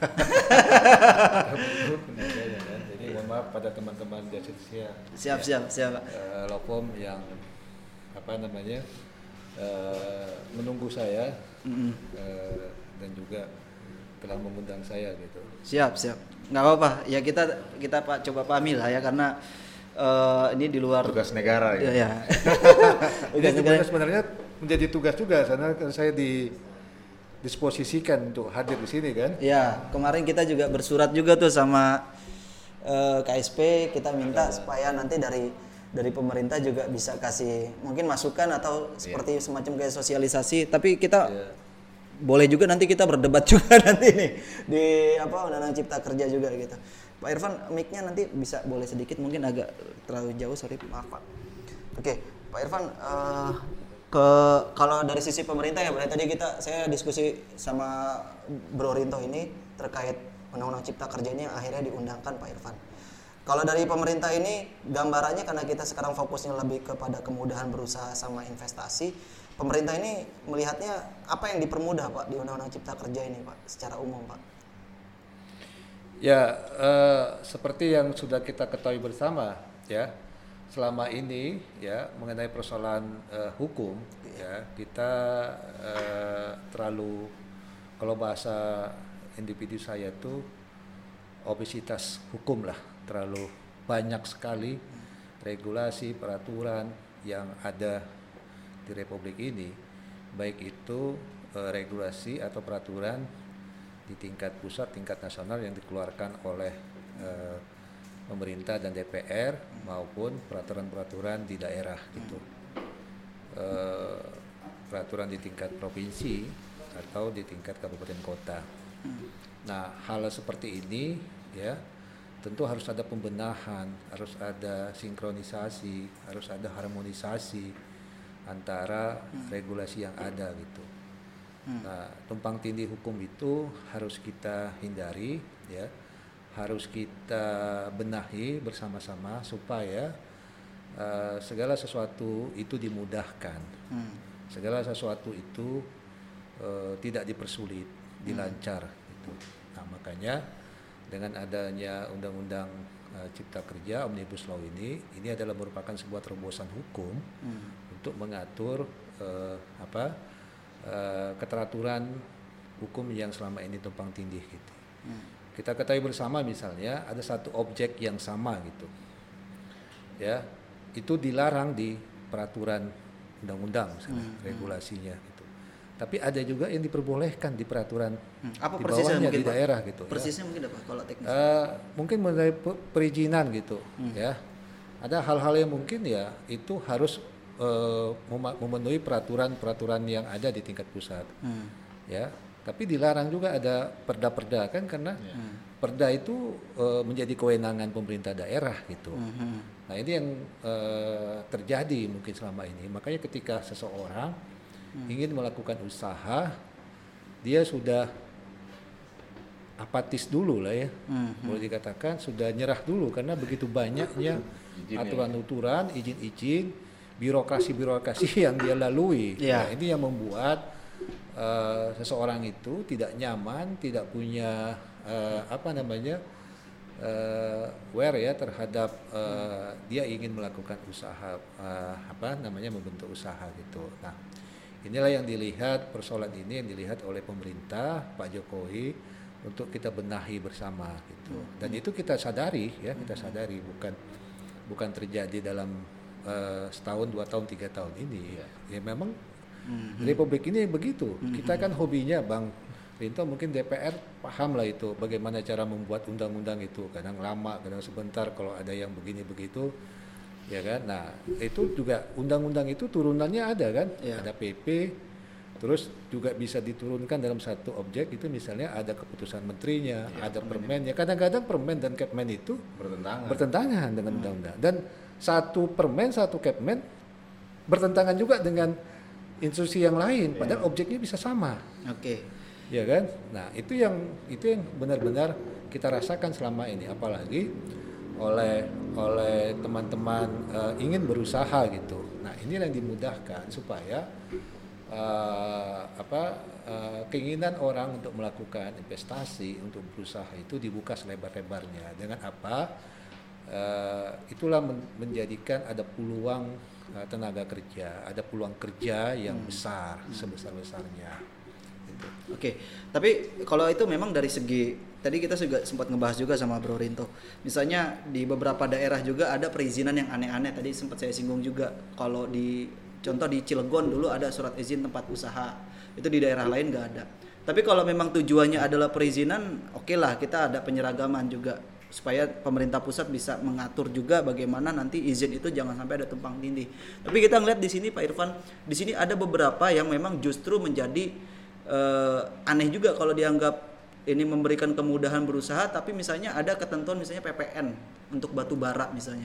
E: Jadi mohon maaf pada teman-teman Justisia.
A: Siap, siap, siap, Pak.
E: eh, Lopom yang apa namanya eh, menunggu saya
A: Mm-mm.
E: eh, dan juga telah mengundang saya gitu.
A: Siap, siap. Nggak apa-apa. Ya kita kita Pak coba pahami lah ya, karena eh, ini di luar
B: Tugas negara
A: ya.
B: ya.
A: ya.
E: Ini
A: Tugas negara.
E: sebenarnya, sebenarnya menjadi tugas juga karena kan saya di disposisikan untuk hadir di sini kan.
A: Ya, kemarin kita juga bersurat juga tuh sama eh, K S P, kita minta supaya nanti dari dari pemerintah juga bisa kasih mungkin masukan atau seperti semacam kayak sosialisasi, tapi kita
E: Iya.
A: boleh juga nanti kita berdebat juga nanti nih di apa Undang-Undang Cipta Kerja juga gitu. Pak Irfan, mic-nya nanti bisa boleh sedikit, mungkin agak terlalu jauh, sorry, maaf Pak. Oke, Pak Irfan, eh, ke kalau dari sisi pemerintah ya, berarti tadi kita saya diskusi sama Bro Rinto ini terkait Undang-Undang Cipta Kerja ini yang akhirnya diundangkan, Pak Irfan. Kalau dari pemerintah ini gambarannya, karena kita sekarang fokusnya lebih kepada kemudahan berusaha sama investasi, pemerintah ini melihatnya apa yang dipermudah Pak di Undang-Undang Cipta Kerja ini Pak secara umum Pak?
E: Ya, eh, seperti yang sudah kita ketahui bersama ya, selama ini ya mengenai persoalan eh, hukum ya, kita eh, terlalu, kalau bahasa individu saya itu obesitas hukum lah, terlalu banyak sekali regulasi peraturan yang ada di Republik ini, baik itu eh, regulasi atau peraturan di tingkat pusat, tingkat nasional yang dikeluarkan oleh eh, pemerintah dan D P R maupun peraturan-peraturan di daerah gitu, eh, peraturan di tingkat provinsi atau di tingkat kabupaten kota. Nah, hal seperti ini ya tentu harus ada pembenahan, harus ada sinkronisasi, harus ada harmonisasi antara regulasi yang ada gitu. Nah, tumpang tindih hukum itu harus kita hindari ya, harus kita benahi bersama-sama supaya uh, segala sesuatu itu dimudahkan,
A: Hmm.
E: segala sesuatu itu uh, tidak dipersulit, dilancar gitu. Nah, makanya dengan adanya Undang-Undang uh, Cipta Kerja Omnibus Law ini, ini adalah merupakan sebuah terobosan hukum
A: Hmm.
E: untuk mengatur uh, apa uh, keteraturan hukum yang selama ini tumpang tindih gitu.
A: Hmm.
E: Kita ketahui bersama misalnya ada satu objek yang sama gitu, ya itu dilarang di peraturan undang-undang misalnya,
A: Hmm, hmm.
E: regulasinya gitu. Tapi ada juga yang diperbolehkan di peraturan
A: Hmm. Apa
E: di
A: persisnya
E: bawahnya
A: mungkin
E: di
A: Pak?
E: daerah gitu.
A: Persisnya mungkin apa kalau teknis?
E: Ya. Uh, mungkin mengenai pe- perizinan gitu,
A: Hmm.
E: ya. Ada hal-hal yang mungkin ya itu harus uh, mema- memenuhi peraturan-peraturan yang ada di tingkat pusat,
A: Hmm.
E: ya. Tapi dilarang juga ada perda-perda kan karena
A: Hmm.
E: perda itu uh, menjadi kewenangan pemerintah daerah gitu.
A: Hmm.
E: Nah ini yang uh, terjadi mungkin selama ini. Makanya ketika seseorang
A: Hmm.
E: ingin melakukan usaha, dia sudah apatis dulu lah ya,
A: Hmm.
E: boleh dikatakan sudah nyerah dulu karena begitu banyaknya
B: Izinnya.
E: aturan-aturan, izin-izin, birokrasi-birokrasi yang dia lalui.
A: Iya.
E: Nah, ini yang membuat uh, seseorang itu tidak nyaman, tidak punya uh, apa namanya uh, aware ya terhadap uh, dia ingin melakukan usaha uh, apa namanya membentuk usaha gitu. Nah inilah yang dilihat persoalan ini yang dilihat oleh pemerintah Pak Jokowi untuk kita benahi bersama gitu. Dan itu kita sadari ya kita sadari bukan bukan terjadi dalam uh, setahun dua tahun tiga tahun ini ya memang Republik ini begitu. Kita kan hobinya Bang Rinto mungkin D P R paham lah itu bagaimana cara membuat undang-undang itu kadang lama kadang sebentar kalau ada yang begini begitu ya kan. Nah itu juga undang-undang itu turunannya ada kan
A: Ya.
E: ada P P terus juga bisa diturunkan dalam satu objek itu misalnya ada keputusan menterinya ada permennya kadang-kadang permen dan Kepmen itu
B: Bertentangan.
E: bertentangan dengan undang-undang dan satu permen satu Kepmen bertentangan juga dengan instruksi yang lain padahal objeknya bisa sama.
A: Oke.
E: Ya kan? Nah, itu yang itu yang benar-benar kita rasakan selama ini apalagi oleh oleh teman-teman uh, ingin berusaha gitu. Nah, ini yang dimudahkan supaya uh, apa uh, keinginan orang untuk melakukan investasi, untuk berusaha itu dibuka selebar-lebarnya. Dengan apa? Uh, itulah men- menjadikan ada peluang uh, tenaga kerja, ada peluang kerja yang besar sebesar-besarnya.
A: Oke, tapi kalau itu memang dari segi tadi kita juga sempat ngebahas juga sama Bro Rinto. Misalnya di beberapa daerah juga ada perizinan yang aneh-aneh. Tadi sempat saya singgung juga. Kalau di contoh di Cilegon dulu ada surat izin tempat usaha. Itu di daerah lain nggak ada. Tapi kalau memang tujuannya adalah perizinan, oke lah kita ada penyeragaman juga supaya pemerintah pusat bisa mengatur juga bagaimana nanti izin itu jangan sampai ada tumpang tindih. Tapi kita ngeliat di sini Pak Irfan, di sini ada beberapa yang memang justru menjadi Uh, aneh juga kalau dianggap ini memberikan kemudahan berusaha, tapi misalnya ada ketentuan misalnya P P N untuk batu bara misalnya.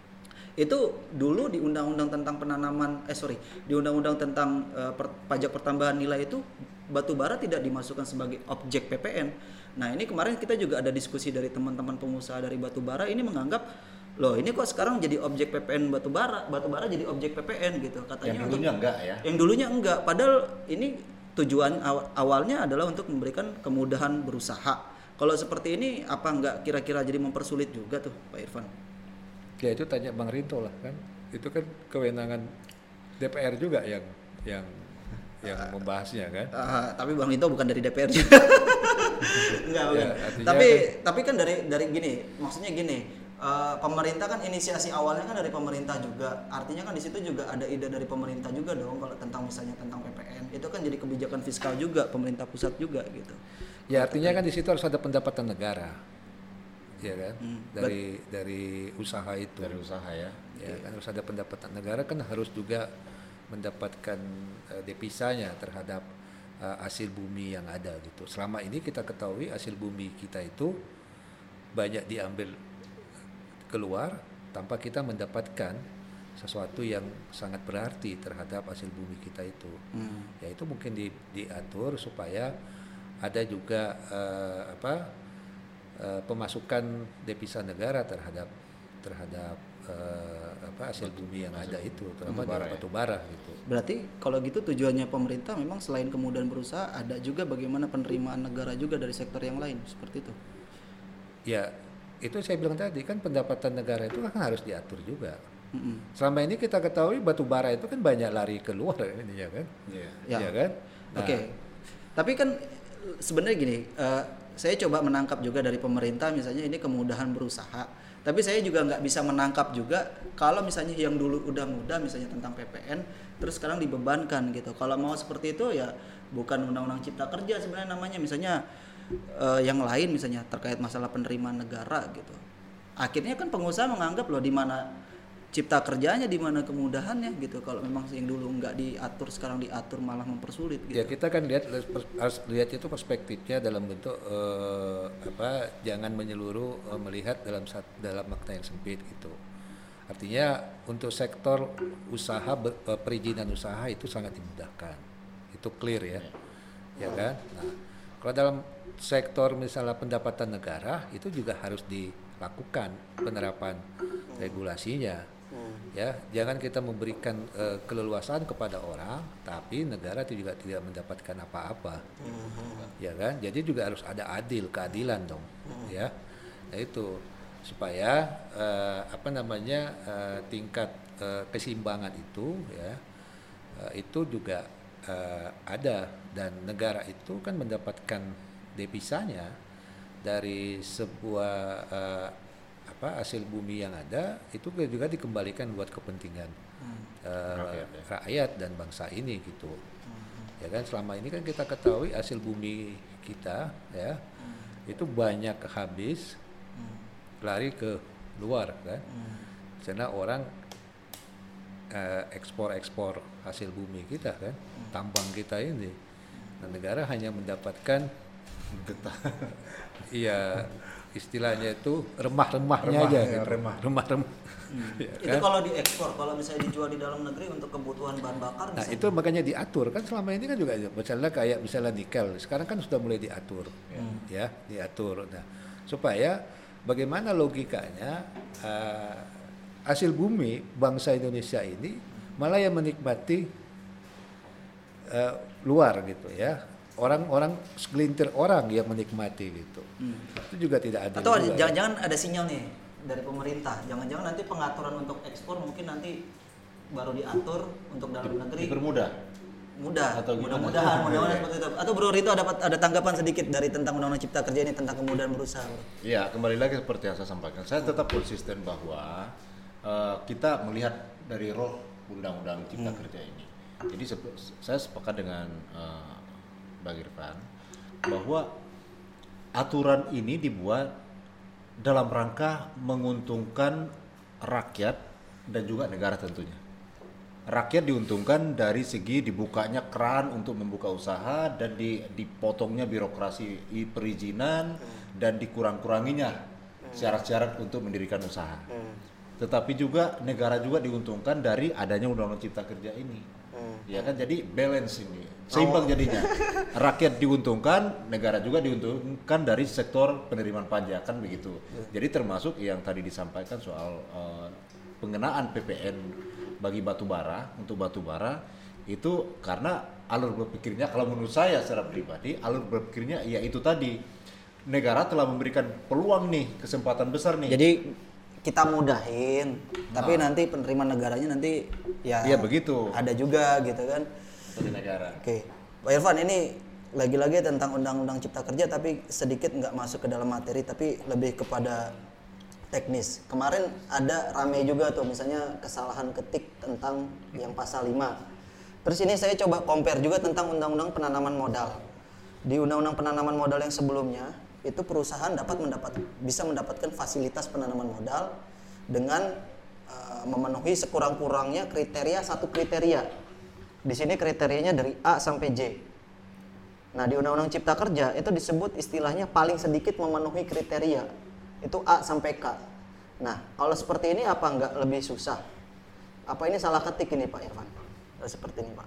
A: Itu dulu di undang-undang tentang penanaman eh sorry di undang-undang tentang uh, per, pajak pertambahan nilai itu batu bara tidak dimasukkan sebagai objek P P N. Nah ini kemarin kita juga ada diskusi dari teman-teman pengusaha dari batu bara ini menganggap loh ini kok sekarang jadi objek P P N batu bara, batu bara jadi objek P P N gitu katanya.
B: Yang dulunya
A: untuk,
B: enggak ya?
A: Yang dulunya enggak, padahal ini tujuan aw- awalnya adalah untuk memberikan kemudahan berusaha. Kalau seperti ini apa enggak kira-kira jadi mempersulit juga tuh Pak Irfan?
E: Ya itu tanya Bang Rinto lah kan. Itu kan kewenangan D P R juga yang yang yang membahasnya kan.
A: Uh, tapi Bang Rinto bukan dari D P R juga. Enggak, bukan.
E: Ya, artinya
A: tapi
E: kan-
A: tapi kan dari dari gini, maksudnya gini. Uh, pemerintah kan inisiasi awalnya kan dari pemerintah juga, artinya kan di situ juga ada ide dari pemerintah juga dong kalau tentang misalnya tentang P P N itu kan jadi kebijakan fiskal juga pemerintah pusat juga gitu.
E: Ya artinya kan di situ harus ada pendapatan negara, ya kan
A: Hmm,
E: dari dari usaha itu.
B: Dari usaha ya.
E: Ya kan harus ada pendapatan negara kan harus juga mendapatkan uh, devisanya terhadap uh, hasil bumi yang ada gitu. Selama ini kita ketahui hasil bumi kita itu banyak diambil keluar tanpa kita mendapatkan sesuatu yang sangat berarti terhadap hasil bumi kita itu.
A: Hmm.
E: Ya itu mungkin di, diatur supaya ada juga uh, apa uh, pemasukan devisa negara terhadap terhadap uh, apa hasil bumi yang ada itu, terutama
B: bara
E: dari
B: ya?
E: batu bara gitu.
A: Berarti kalau gitu tujuannya pemerintah memang selain kemudahan berusaha ada juga bagaimana penerimaan negara juga dari sektor yang lain seperti itu.
E: Ya itu saya bilang tadi kan pendapatan negara itu kan harus diatur juga.
A: Mm-mm.
E: Selama ini kita ketahui batu bara itu kan banyak lari keluar ini ya kan,
B: Iya.
A: Ya.
E: ya kan. Nah,
A: Oke, tapi kan sebenarnya gini, eh, saya coba menangkap juga dari pemerintah misalnya ini kemudahan berusaha. Tapi saya juga nggak bisa menangkap juga kalau misalnya yang dulu udah mudah misalnya tentang P P N, terus sekarang dibebankan gitu. Kalau mau seperti itu ya bukan undang-undang cipta kerja sebenarnya namanya, misalnya eh, yang lain misalnya terkait masalah penerimaan negara gitu. Akhirnya kan pengusaha menganggap loh di mana cipta kerjanya, di mana kemudahannya gitu. Kalau memang yang dulu nggak diatur sekarang diatur malah mempersulit gitu.
E: ya kita kan lihat harus lihat itu perspektifnya dalam bentuk eh, apa jangan menyeluruh eh, melihat dalam sat- dalam makna yang sempit gitu. Artinya untuk sektor usaha ber- eh, perizinan usaha itu sangat dimudahkan, itu clear ya, ya kan. Nah kalau dalam sektor misalnya pendapatan negara itu juga harus dilakukan penerapan regulasinya. Ya, jangan kita memberikan uh, keleluasaan kepada orang, tapi negara itu juga tidak mendapatkan apa-apa, ya kan? Jadi juga harus ada adil, keadilan dong, ya. Nah itu supaya uh, apa namanya uh, tingkat uh, keseimbangan itu, ya, uh, itu juga uh, ada dan negara itu kan mendapatkan devisanya dari sebuah uh, apa hasil bumi yang ada itu juga dikembalikan buat kepentingan hmm. uh, rakyat, ya. rakyat dan bangsa ini gitu, hmm. ya kan. Selama ini kan kita ketahui hasil bumi kita ya hmm. itu banyak habis hmm. lari ke luar kan, hmm. karena orang uh, ekspor-ekspor hasil bumi kita kan, hmm. tambang kita ini, nah, negara hanya mendapatkan iya istilahnya itu remah-remahnya
B: Remah,
E: aja
B: ya,
E: gitu.
B: remah.
E: remah-remah
A: Hmm.
E: ya,
A: Itu
E: kan?
A: kalau diekspor, kalau misalnya dijual di dalam negeri untuk kebutuhan bahan bakar
E: Nah
A: misalnya.
E: itu makanya diatur kan selama ini kan juga misalnya kayak misalnya nikel sekarang kan sudah mulai diatur,
A: Hmm.
E: ya diatur. Nah supaya bagaimana logikanya uh, hasil bumi bangsa Indonesia ini malah yang menikmati uh, luar gitu ya. Orang-orang segelintir orang yang menikmati gitu, hmm. itu juga tidak adil.
A: Atau
E: juga,
A: jangan-jangan ada sinyal nih dari pemerintah, jangan-jangan nanti pengaturan untuk ekspor mungkin nanti baru diatur untuk dalam negeri
B: Dipermudah.
A: mudah,
B: Atau gimana?
A: mudah-mudahan, mudah-mudahan seperti itu. Atau Bro Rito dapat ada tanggapan sedikit dari tentang undang-undang cipta kerja ini tentang kemudahan berusaha, Bro?
B: Ya, kembali lagi seperti yang saya sampaikan. Saya tetap konsisten bahwa uh, kita melihat dari roh undang-undang cipta hmm. kerja ini. Jadi sep- saya sepakat dengan uh, Bang Irfan bahwa aturan ini dibuat dalam rangka menguntungkan rakyat dan juga negara tentunya. Rakyat diuntungkan dari segi dibukanya keran untuk membuka usaha dan di, dipotongnya birokrasi perizinan dan dikurang-kuranginya syarat-syarat untuk mendirikan usaha. Tetapi juga negara juga diuntungkan dari adanya undang-undang cipta kerja ini. Ya kan, jadi balance ini seimbang jadinya. Rakyat diuntungkan, negara juga diuntungkan dari sektor penerimaan pajak kan begitu. Jadi termasuk yang tadi disampaikan soal uh, pengenaan P P N bagi batu bara untuk batu bara itu karena alur berpikirnya, kalau menurut saya secara pribadi alur berpikirnya ya itu tadi, negara telah memberikan peluang nih, kesempatan besar nih.
A: Jadi kita mudahin, tapi nah. nanti penerimaan negaranya nanti ya,
B: ya begitu.
A: Ada juga gitu kan.
B: Dari negara.
A: Oke, Pak Irfan, ini lagi-lagi tentang undang-undang cipta kerja tapi sedikit nggak masuk ke dalam materi tapi lebih kepada teknis. Kemarin ada rame juga tuh misalnya kesalahan ketik tentang yang pasal lima. Terus ini saya coba compare juga tentang undang-undang penanaman modal. Di undang-undang penanaman modal yang sebelumnya itu perusahaan dapat mendapat bisa mendapatkan fasilitas penanaman modal dengan uh, memenuhi sekurang-kurangnya kriteria satu kriteria. Di sini kriterianya dari A sampai J. Nah, di Undang-Undang Cipta Kerja itu disebut istilahnya paling sedikit memenuhi kriteria. Itu A sampai K. Nah, kalau seperti ini apa enggak lebih susah? Apa ini salah ketik ini Pak Irfan? Seperti ini Pak.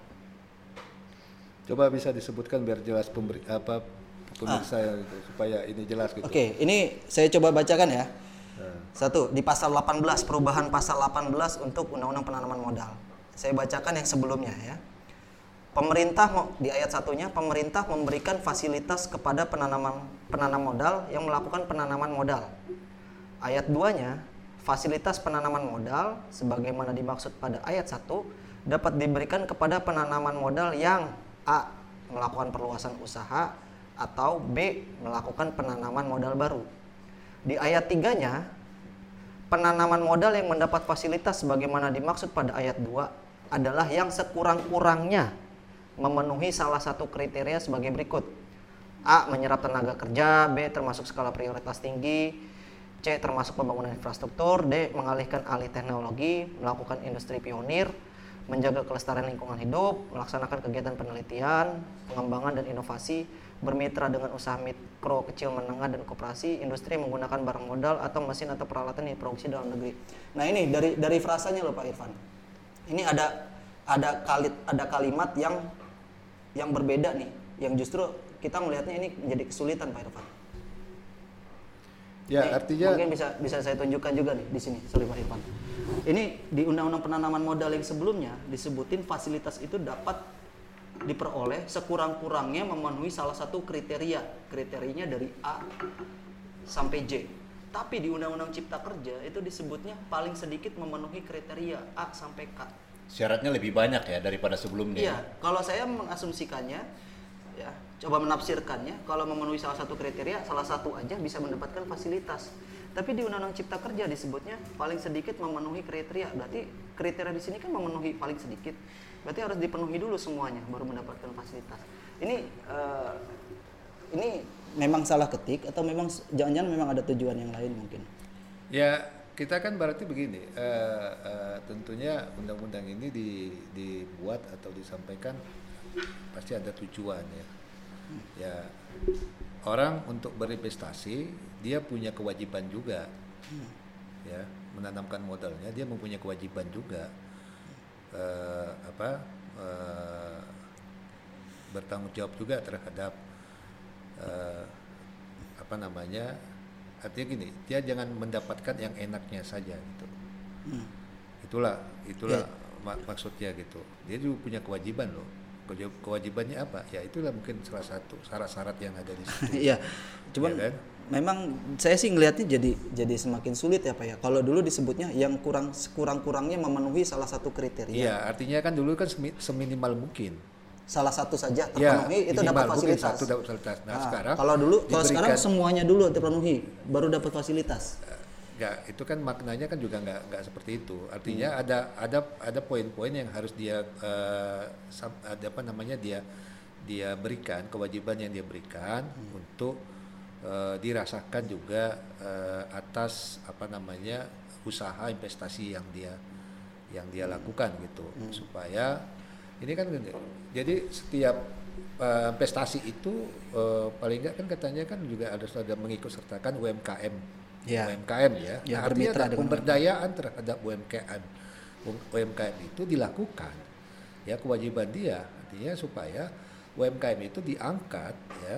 E: Coba bisa disebutkan biar jelas pemberi apa pemirsa ah. gitu, supaya ini jelas gitu.
A: Oke, ini saya coba bacakan ya. Nah. Satu, di pasal delapan belas, perubahan pasal delapan belas untuk Undang-Undang Penanaman Modal. Saya bacakan yang sebelumnya ya. Pemerintah di ayat satunya, pemerintah memberikan fasilitas kepada penanaman penanam modal yang melakukan penanaman modal. Ayat duanya,
G: fasilitas penanaman modal sebagaimana dimaksud pada ayat satu dapat diberikan kepada penanaman modal yang A. melakukan perluasan usaha atau B. melakukan penanaman modal baru. Di ayat tiga-nya, penanaman modal yang mendapat fasilitas sebagaimana dimaksud pada ayat dua adalah yang sekurang-kurangnya memenuhi salah satu kriteria sebagai berikut. A. menyerap tenaga kerja, B. termasuk skala prioritas tinggi, C. termasuk pembangunan infrastruktur, D. mengalihkan alih teknologi, melakukan industri pionir, menjaga kelestarian lingkungan hidup, melaksanakan kegiatan penelitian, pengembangan dan inovasi, bermitra dengan usaha mikro, kecil, menengah, dan koperasi, industri menggunakan barang modal atau mesin atau peralatan yang diproduksi dalam negeri. Nah ini dari dari frasanya loh Pak Irfan. Ini ada ada kali ada kalimat yang yang berbeda nih, yang justru kita melihatnya ini menjadi kesulitan Pak Irfan.
E: Ya,
G: ini
E: artinya
G: mungkin bisa bisa saya tunjukkan juga nih di sini, sorry Pak Irfan. Ini di Undang-Undang Penanaman Modal yang sebelumnya disebutin fasilitas itu dapat diperoleh sekurang-kurangnya memenuhi salah satu kriteria. Kriterianya dari A sampai J. Tapi di Undang-Undang Cipta Kerja itu disebutnya paling sedikit memenuhi kriteria A sampai K.
B: Syaratnya lebih banyak ya daripada sebelumnya.
G: Iya, kalau saya mengasumsikannya, ya, coba menafsirkannya, kalau memenuhi salah satu kriteria, salah satu aja bisa mendapatkan fasilitas. Tapi di Undang-Undang Cipta Kerja disebutnya paling sedikit memenuhi kriteria. Berarti kriteria di sini kan memenuhi paling sedikit. Berarti harus dipenuhi dulu semuanya baru mendapatkan fasilitas. Ini uh, ini memang salah ketik atau memang jangan-jangan memang ada tujuan yang lain mungkin?
E: ya kita kan berarti begini, uh, uh, tentunya undang-undang ini di, dibuat atau disampaikan pasti ada tujuan ya. Ya orang untuk berinvestasi dia punya kewajiban juga, ya menanamkan modalnya dia mempunyai kewajiban juga, uh, apa uh, bertanggung jawab juga terhadap uh, apa namanya. Artinya gini, dia jangan mendapatkan yang enaknya saja gitu. Hmm. Itulah, itulah yeah. mak- maksudnya gitu. Dia juga punya kewajiban loh. Kewajibannya apa? Ya itulah mungkin salah satu syarat-syarat yang ada di situ.
G: Iya. Cuman ya kan? Memang saya sih ngelihatnya jadi jadi semakin sulit ya Pak ya. Kalau dulu disebutnya yang kurang kurang-kurangnya memenuhi salah satu kriteria.
E: Iya, artinya kan dulu kan seminimal mungkin.
G: Salah satu saja terpenuhi ya, itu dapat fasilitas. Satu dapat fasilitas. Nah, nah, sekarang kalau dulu kalau sekarang semuanya dulu terpenuhi baru dapat fasilitas.
E: Enggak, itu kan maknanya kan juga enggak enggak seperti itu. Artinya hmm. ada ada ada poin-poin yang harus dia uh, ada apa namanya dia dia berikan, kewajiban yang dia berikan hmm. untuk uh, dirasakan juga uh, atas apa namanya usaha investasi yang dia yang dia lakukan gitu. Hmm. Supaya ini kan jadi setiap uh, investasi itu uh, paling enggak kan katanya kan juga ada sudah mengikut sertakan U M K M, ya. U M K M ya. ya nah, artinya ada pemberdayaan terhadap U M K M. U M K M itu dilakukan, ya kewajiban dia artinya supaya U M K M itu diangkat, ya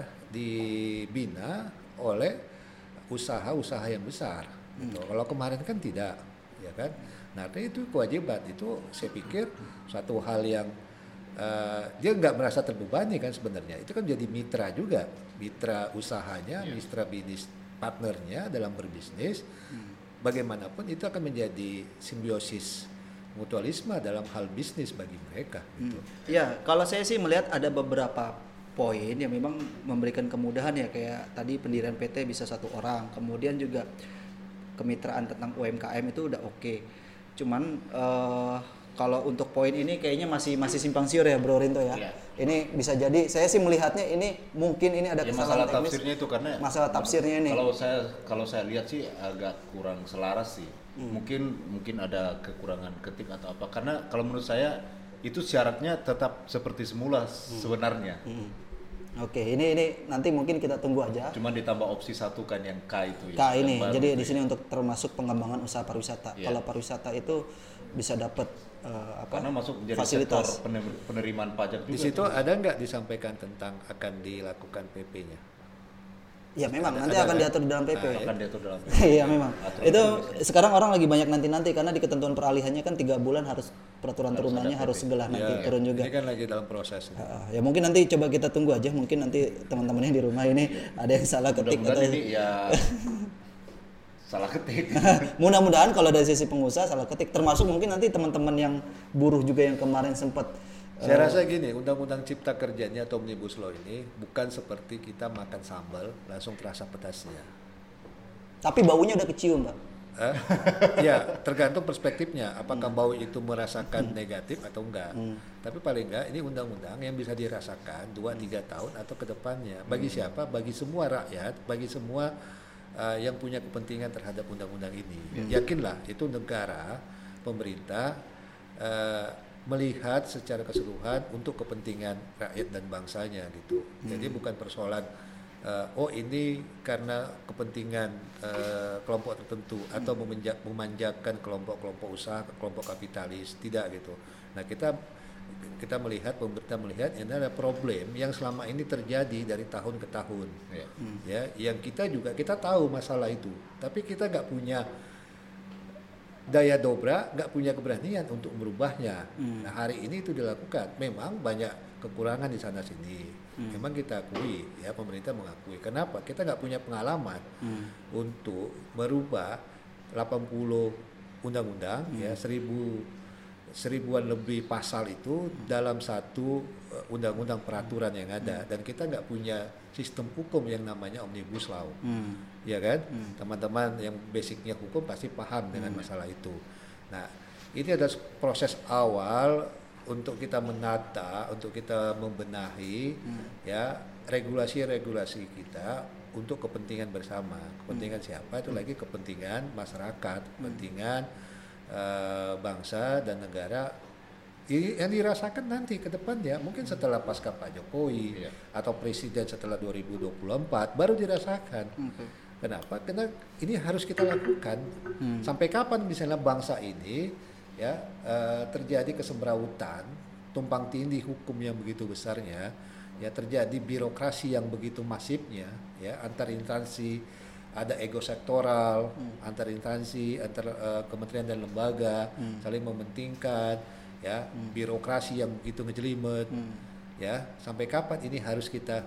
E: dibina oleh usaha-usaha yang besar. Hmm. Gitu. Kalau kemarin kan tidak, ya kan. Nah itu kewajiban itu saya pikir suatu hal yang Uh, dia nggak merasa terbebani kan sebenarnya, itu kan jadi mitra juga, mitra usahanya, yeah. mitra bisnis partnernya dalam berbisnis. hmm. Bagaimanapun itu akan menjadi simbiosis mutualisme dalam hal bisnis bagi mereka. Gitu.
G: Hmm. Ya kalau saya sih melihat ada beberapa poin yang memang memberikan kemudahan ya, kayak tadi pendirian P T bisa satu orang, kemudian juga kemitraan tentang U M K M itu udah oke. Okay. Cuman uh, kalau untuk poin ini kayaknya masih masih simpang siur ya Bro Rinto ya. Yeah. Ini bisa jadi saya sih melihatnya ini mungkin ini ada
B: ya,
G: kesalahan
B: masalah
G: teknis.
B: Tafsirnya itu karena
G: masalah tafsirnya ini.
B: Kalau saya kalau saya lihat sih agak kurang selaras sih. Hmm. Mungkin mungkin ada kekurangan ketik atau apa. Karena kalau menurut saya itu syaratnya tetap seperti semula hmm. sebenarnya. Hmm.
G: Oke, ini ini nanti mungkin kita tunggu aja.
B: Cuma ditambah opsi satu kan yang K itu.
G: K ini. Jadi di sini ya. Untuk termasuk pengembangan usaha pariwisata. Yeah. Kalau pariwisata itu bisa dapat uh, apa?
B: Karena masuk menjadi
G: fasilitas
B: sektor penerimaan pajak juga.
E: Di situ ada nggak disampaikan tentang akan dilakukan P P-nya?
G: Ya memang ada, nanti
E: ada,
G: akan
E: ada,
G: diatur di dalam P P.
B: Nah, akan diatur dalam P P.
G: Iya memang. Aturan itu juga. Sekarang orang lagi banyak nanti-nanti karena di ketentuan peralihannya kan tiga bulan harus peraturan harus turunannya harus segala nanti ya, turun juga.
E: Ini kan lagi dalam proses.
G: Uh, ya mungkin nanti coba kita tunggu aja, mungkin nanti teman-teman yang di rumah ini ada yang salah ketik atau
B: ini ya salah ketik.
A: Mudah-mudahan kalau dari sisi pengusaha salah ketik, termasuk mungkin nanti teman-teman yang buruh juga yang kemarin sempat
E: Saya
A: eh,
E: rasa gini, Undang-Undang Cipta Kerja ini atau Omnibus Law ini bukan seperti kita makan sambal langsung terasa pedasnya.
A: tapi baunya udah kecium, Pak.
E: Eh? Ya, tergantung perspektifnya. Apakah bau itu merasakan negatif atau enggak. Tapi paling enggak ini undang-undang yang bisa dirasakan dua tiga tahun atau ke depannya. Bagi siapa? Bagi semua rakyat, bagi semua uh, yang punya kepentingan terhadap undang-undang ini. Yakinlah itu negara, pemerintah uh, melihat secara keseluruhan untuk kepentingan rakyat dan bangsanya gitu. Jadi bukan persoalan Uh, oh ini karena kepentingan uh, kelompok tertentu atau memenja- memanjakan kelompok-kelompok usaha, kelompok kapitalis, tidak gitu. Nah kita kita melihat, pemerintah melihat ini ada problem yang selama ini terjadi dari tahun ke tahun,
B: Ya.
E: ya, yang kita juga kita tahu masalah itu, tapi kita nggak punya daya dobrak, nggak punya keberanian untuk merubahnya. Nah hari ini itu dilakukan, memang banyak kekurangan di sana sini. Hmm. Memang kita akui, ya pemerintah mengakui. Kenapa? Kita nggak punya pengalaman hmm. untuk merubah delapan puluh undang-undang, hmm. ya seribu seribuan lebih pasal itu hmm. dalam satu uh, undang-undang peraturan yang ada. Hmm. Dan kita nggak punya sistem hukum yang namanya Omnibus Law, hmm. ya kan? Hmm. Teman-teman yang basicnya hukum pasti paham dengan hmm. masalah itu. Nah, ini ada proses awal untuk kita menata, untuk kita membenahi hmm. ya regulasi-regulasi kita untuk kepentingan bersama. Kepentingan hmm. siapa? Itu lagi kepentingan masyarakat, kepentingan hmm. uh, bangsa dan negara. Ini yang dirasakan nanti ke depan ya, mungkin setelah pasca Pak Jokowi hmm. atau presiden setelah dua ribu dua puluh empat baru dirasakan. Hmm. Kenapa? Karena ini harus kita lakukan. Hmm. Sampai kapan misalnya bangsa ini ya uh, terjadi kesemrawutan, tumpang tindih hukum yang begitu besarnya, ya terjadi birokrasi yang begitu masifnya, ya antar instansi, ada ego sektoral, hmm. antar instansi, antar uh, kementerian dan lembaga hmm. saling mementingkan, ya hmm. birokrasi yang begitu ngejelimet, hmm. ya sampai kapan ini harus kita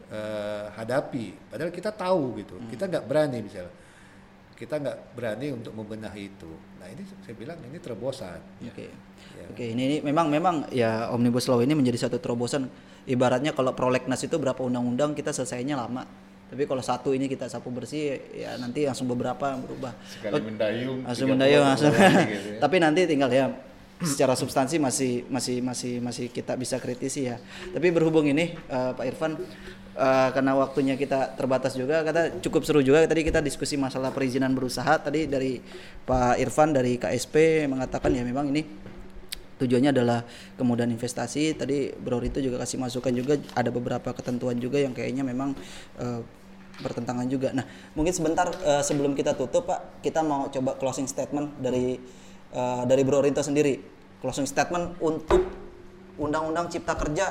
E: uh, hadapi? Padahal kita tahu gitu, hmm. kita nggak berani misalnya. Kita nggak berani untuk membenahi itu. Nah ini saya bilang ini terobosan.
A: Oke, okay.
E: ya.
A: Oke okay, ini, ini memang memang ya Omnibus Law ini menjadi satu terobosan. Ibaratnya kalau prolegnas itu berapa undang-undang kita selesainya lama. Tapi kalau satu ini kita sapu bersih ya nanti langsung beberapa berubah.
B: Sekali mendayung.
A: Langsung mendayung langsung.
B: Gitu ya.
A: Tapi nanti tinggal ya secara substansi masih masih masih masih kita bisa kritisi ya. Tapi berhubung ini uh, Pak Irfan. Uh, karena waktunya kita terbatas juga, kata cukup seru juga tadi kita diskusi masalah perizinan berusaha. Tadi dari Pak Irfan dari K S P mengatakan ya memang ini tujuannya adalah kemudahan investasi. Tadi Bro Rito juga kasih masukan juga ada beberapa ketentuan juga yang kayaknya memang uh, bertentangan juga. Nah mungkin sebentar uh, sebelum kita tutup Pak, kita mau coba closing statement dari uh, dari Bro Rito sendiri. Closing statement untuk Undang-Undang Cipta Kerja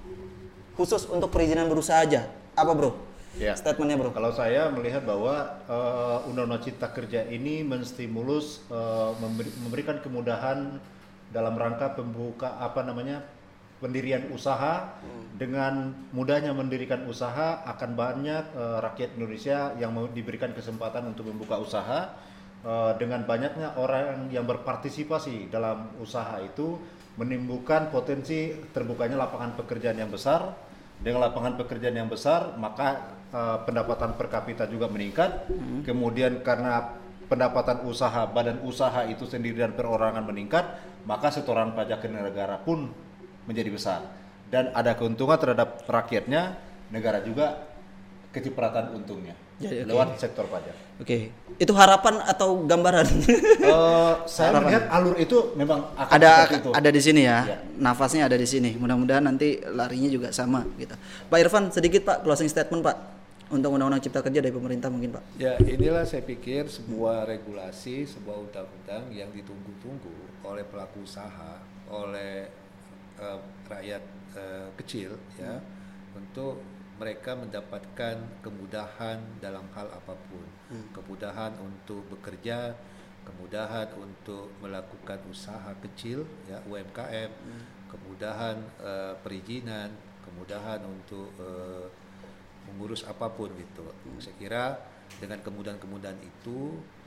A: khusus untuk perizinan berusaha aja, apa bro?
B: Ya.
A: Statementnya bro?
B: Kalau saya melihat bahwa uh, Undang-Undang Cipta Kerja ini menstimulus uh, memberi, memberikan kemudahan dalam rangka pembuka apa namanya pendirian usaha. Hmm. Dengan mudahnya mendirikan usaha akan banyak uh, rakyat Indonesia yang mau diberikan kesempatan untuk membuka usaha. Uh, dengan banyaknya orang yang berpartisipasi dalam usaha itu menimbulkan potensi terbukanya lapangan pekerjaan yang besar. Dengan lapangan pekerjaan yang besar, maka uh, pendapatan per kapita juga meningkat. Hmm. Kemudian karena pendapatan usaha, badan usaha itu sendiri dan perorangan meningkat, maka setoran pajak ke negara pun menjadi besar. Dan ada keuntungan terhadap rakyatnya, negara juga kecipratan untungnya. Jadi, okay. Lewat sektor pajak.
A: Oke, okay. Itu harapan atau gambaran?
B: uh, saya harapan. Melihat alur itu memang akan
A: ada
B: itu.
A: ada di sini ya.
B: ya,
A: nafasnya ada di sini. Mudah-mudahan nanti larinya juga sama gitu. Pak Irfan sedikit Pak closing statement Pak untuk Undang-Undang Cipta Kerja dari pemerintah mungkin Pak.
E: Ya inilah saya pikir sebuah regulasi, sebuah undang-undang yang ditunggu-tunggu oleh pelaku usaha, oleh uh, rakyat uh, kecil ya hmm. untuk mereka mendapatkan kemudahan dalam hal apapun, hmm. kemudahan untuk bekerja, kemudahan untuk melakukan usaha kecil, ya U M K M, hmm. kemudahan uh, perizinan, kemudahan untuk uh, mengurus apapun gitu. Hmm. Saya kira dengan kemudahan-kemudahan itu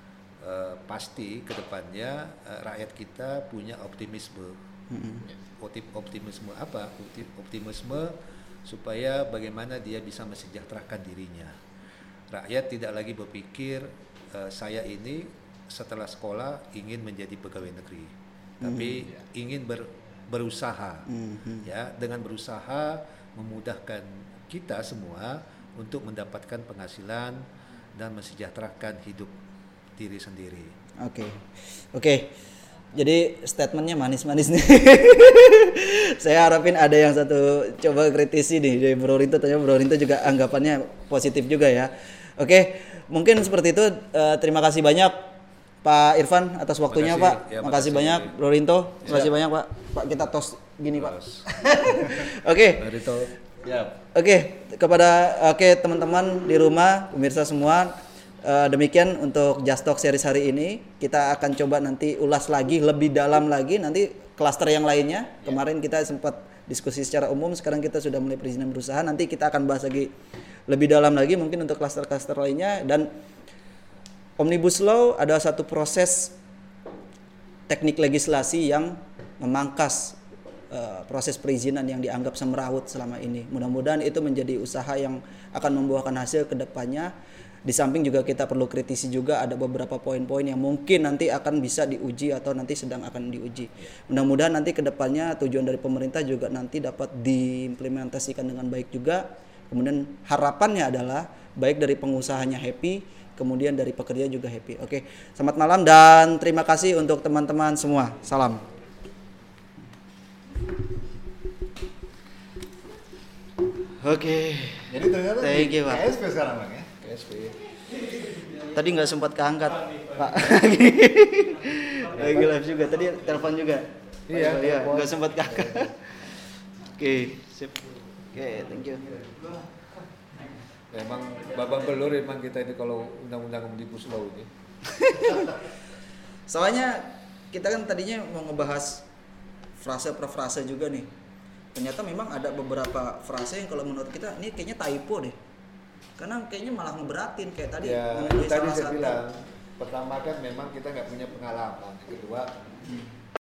E: uh, pasti kedepannya uh, rakyat kita punya optimisme. Optim- optimisme apa? Optim- optimisme supaya bagaimana dia bisa mesejahterakan dirinya. Rakyat tidak lagi berpikir uh, saya ini setelah sekolah ingin menjadi pegawai negeri, tapi ingin ber, berusaha, ya, dengan berusaha memudahkan kita semua untuk mendapatkan penghasilan dan mensejahterakan hidup diri sendiri.
A: Oke, oke. Jadi statementnya manis-manis nih. Saya harapin ada yang satu coba kritisi nih dari Bro Rinto. Ternyata Bro Rinto juga anggapannya positif juga ya. Oke, mungkin seperti itu. Uh, terima kasih banyak Pak Irfan atas waktunya
E: Makasih,
A: Pak.
E: ya,
A: makasih
E: makasih.
A: banyak Bro Rinto. Terima kasih
E: Ya.
A: banyak Pak. Pak kita tos gini Pak.
E: Terus,
A: Oke.
E: Pak Rito, ya.
A: Oke, kepada oke teman-teman di rumah, pemirsa semua, eh, demikian untuk Just Talk series hari ini. Kita akan coba nanti ulas lagi lebih dalam lagi nanti klaster yang lainnya. Kemarin kita sempat diskusi secara umum, sekarang kita sudah mulai perizinan berusaha. Nanti kita akan bahas lagi lebih dalam lagi mungkin untuk klaster-klaster lainnya. Dan Omnibus Law adalah satu proses teknik legislasi yang memangkas Uh, proses perizinan yang dianggap semrawut selama ini. Mudah-mudahan itu menjadi usaha yang akan membuahkan hasil ke depannya. Di samping juga kita perlu kritisi juga ada beberapa poin-poin yang mungkin nanti akan bisa diuji atau nanti sedang akan diuji. Mudah-mudahan nanti ke depannya tujuan dari pemerintah juga nanti dapat diimplementasikan dengan baik juga. Kemudian harapannya adalah baik dari pengusahanya happy, kemudian dari pekerja juga happy. Oke, selamat malam dan terima kasih untuk teman-teman semua. Salam. Oke.
B: Jadi ternyata
A: Thank
B: di
A: you, Pak.
B: K S P sekarang Bang ya. K S P.
A: Tadi nggak sempat keangkat, Pak. Lagi live juga. Tadi telepon juga.
E: Iya,
A: iya,
E: telepon.
A: nggak sempat keangkat. Oke, sip. Oke, thank you.
E: Emang babak belur emang kita ini kalau undang-undang Omnibus Law ini.
A: Soalnya kita kan tadinya mau ngebahas frase per frase juga nih. Ternyata memang ada beberapa frase yang kalau menurut kita ini kayaknya typo deh. Karena kayaknya malah ngeberatin kayak tadi
E: Ya,
A: mengenai
E: tadi
A: salah
E: saya
A: satu.
E: bilang, pertama kan memang kita nggak punya pengalaman. Yang kedua,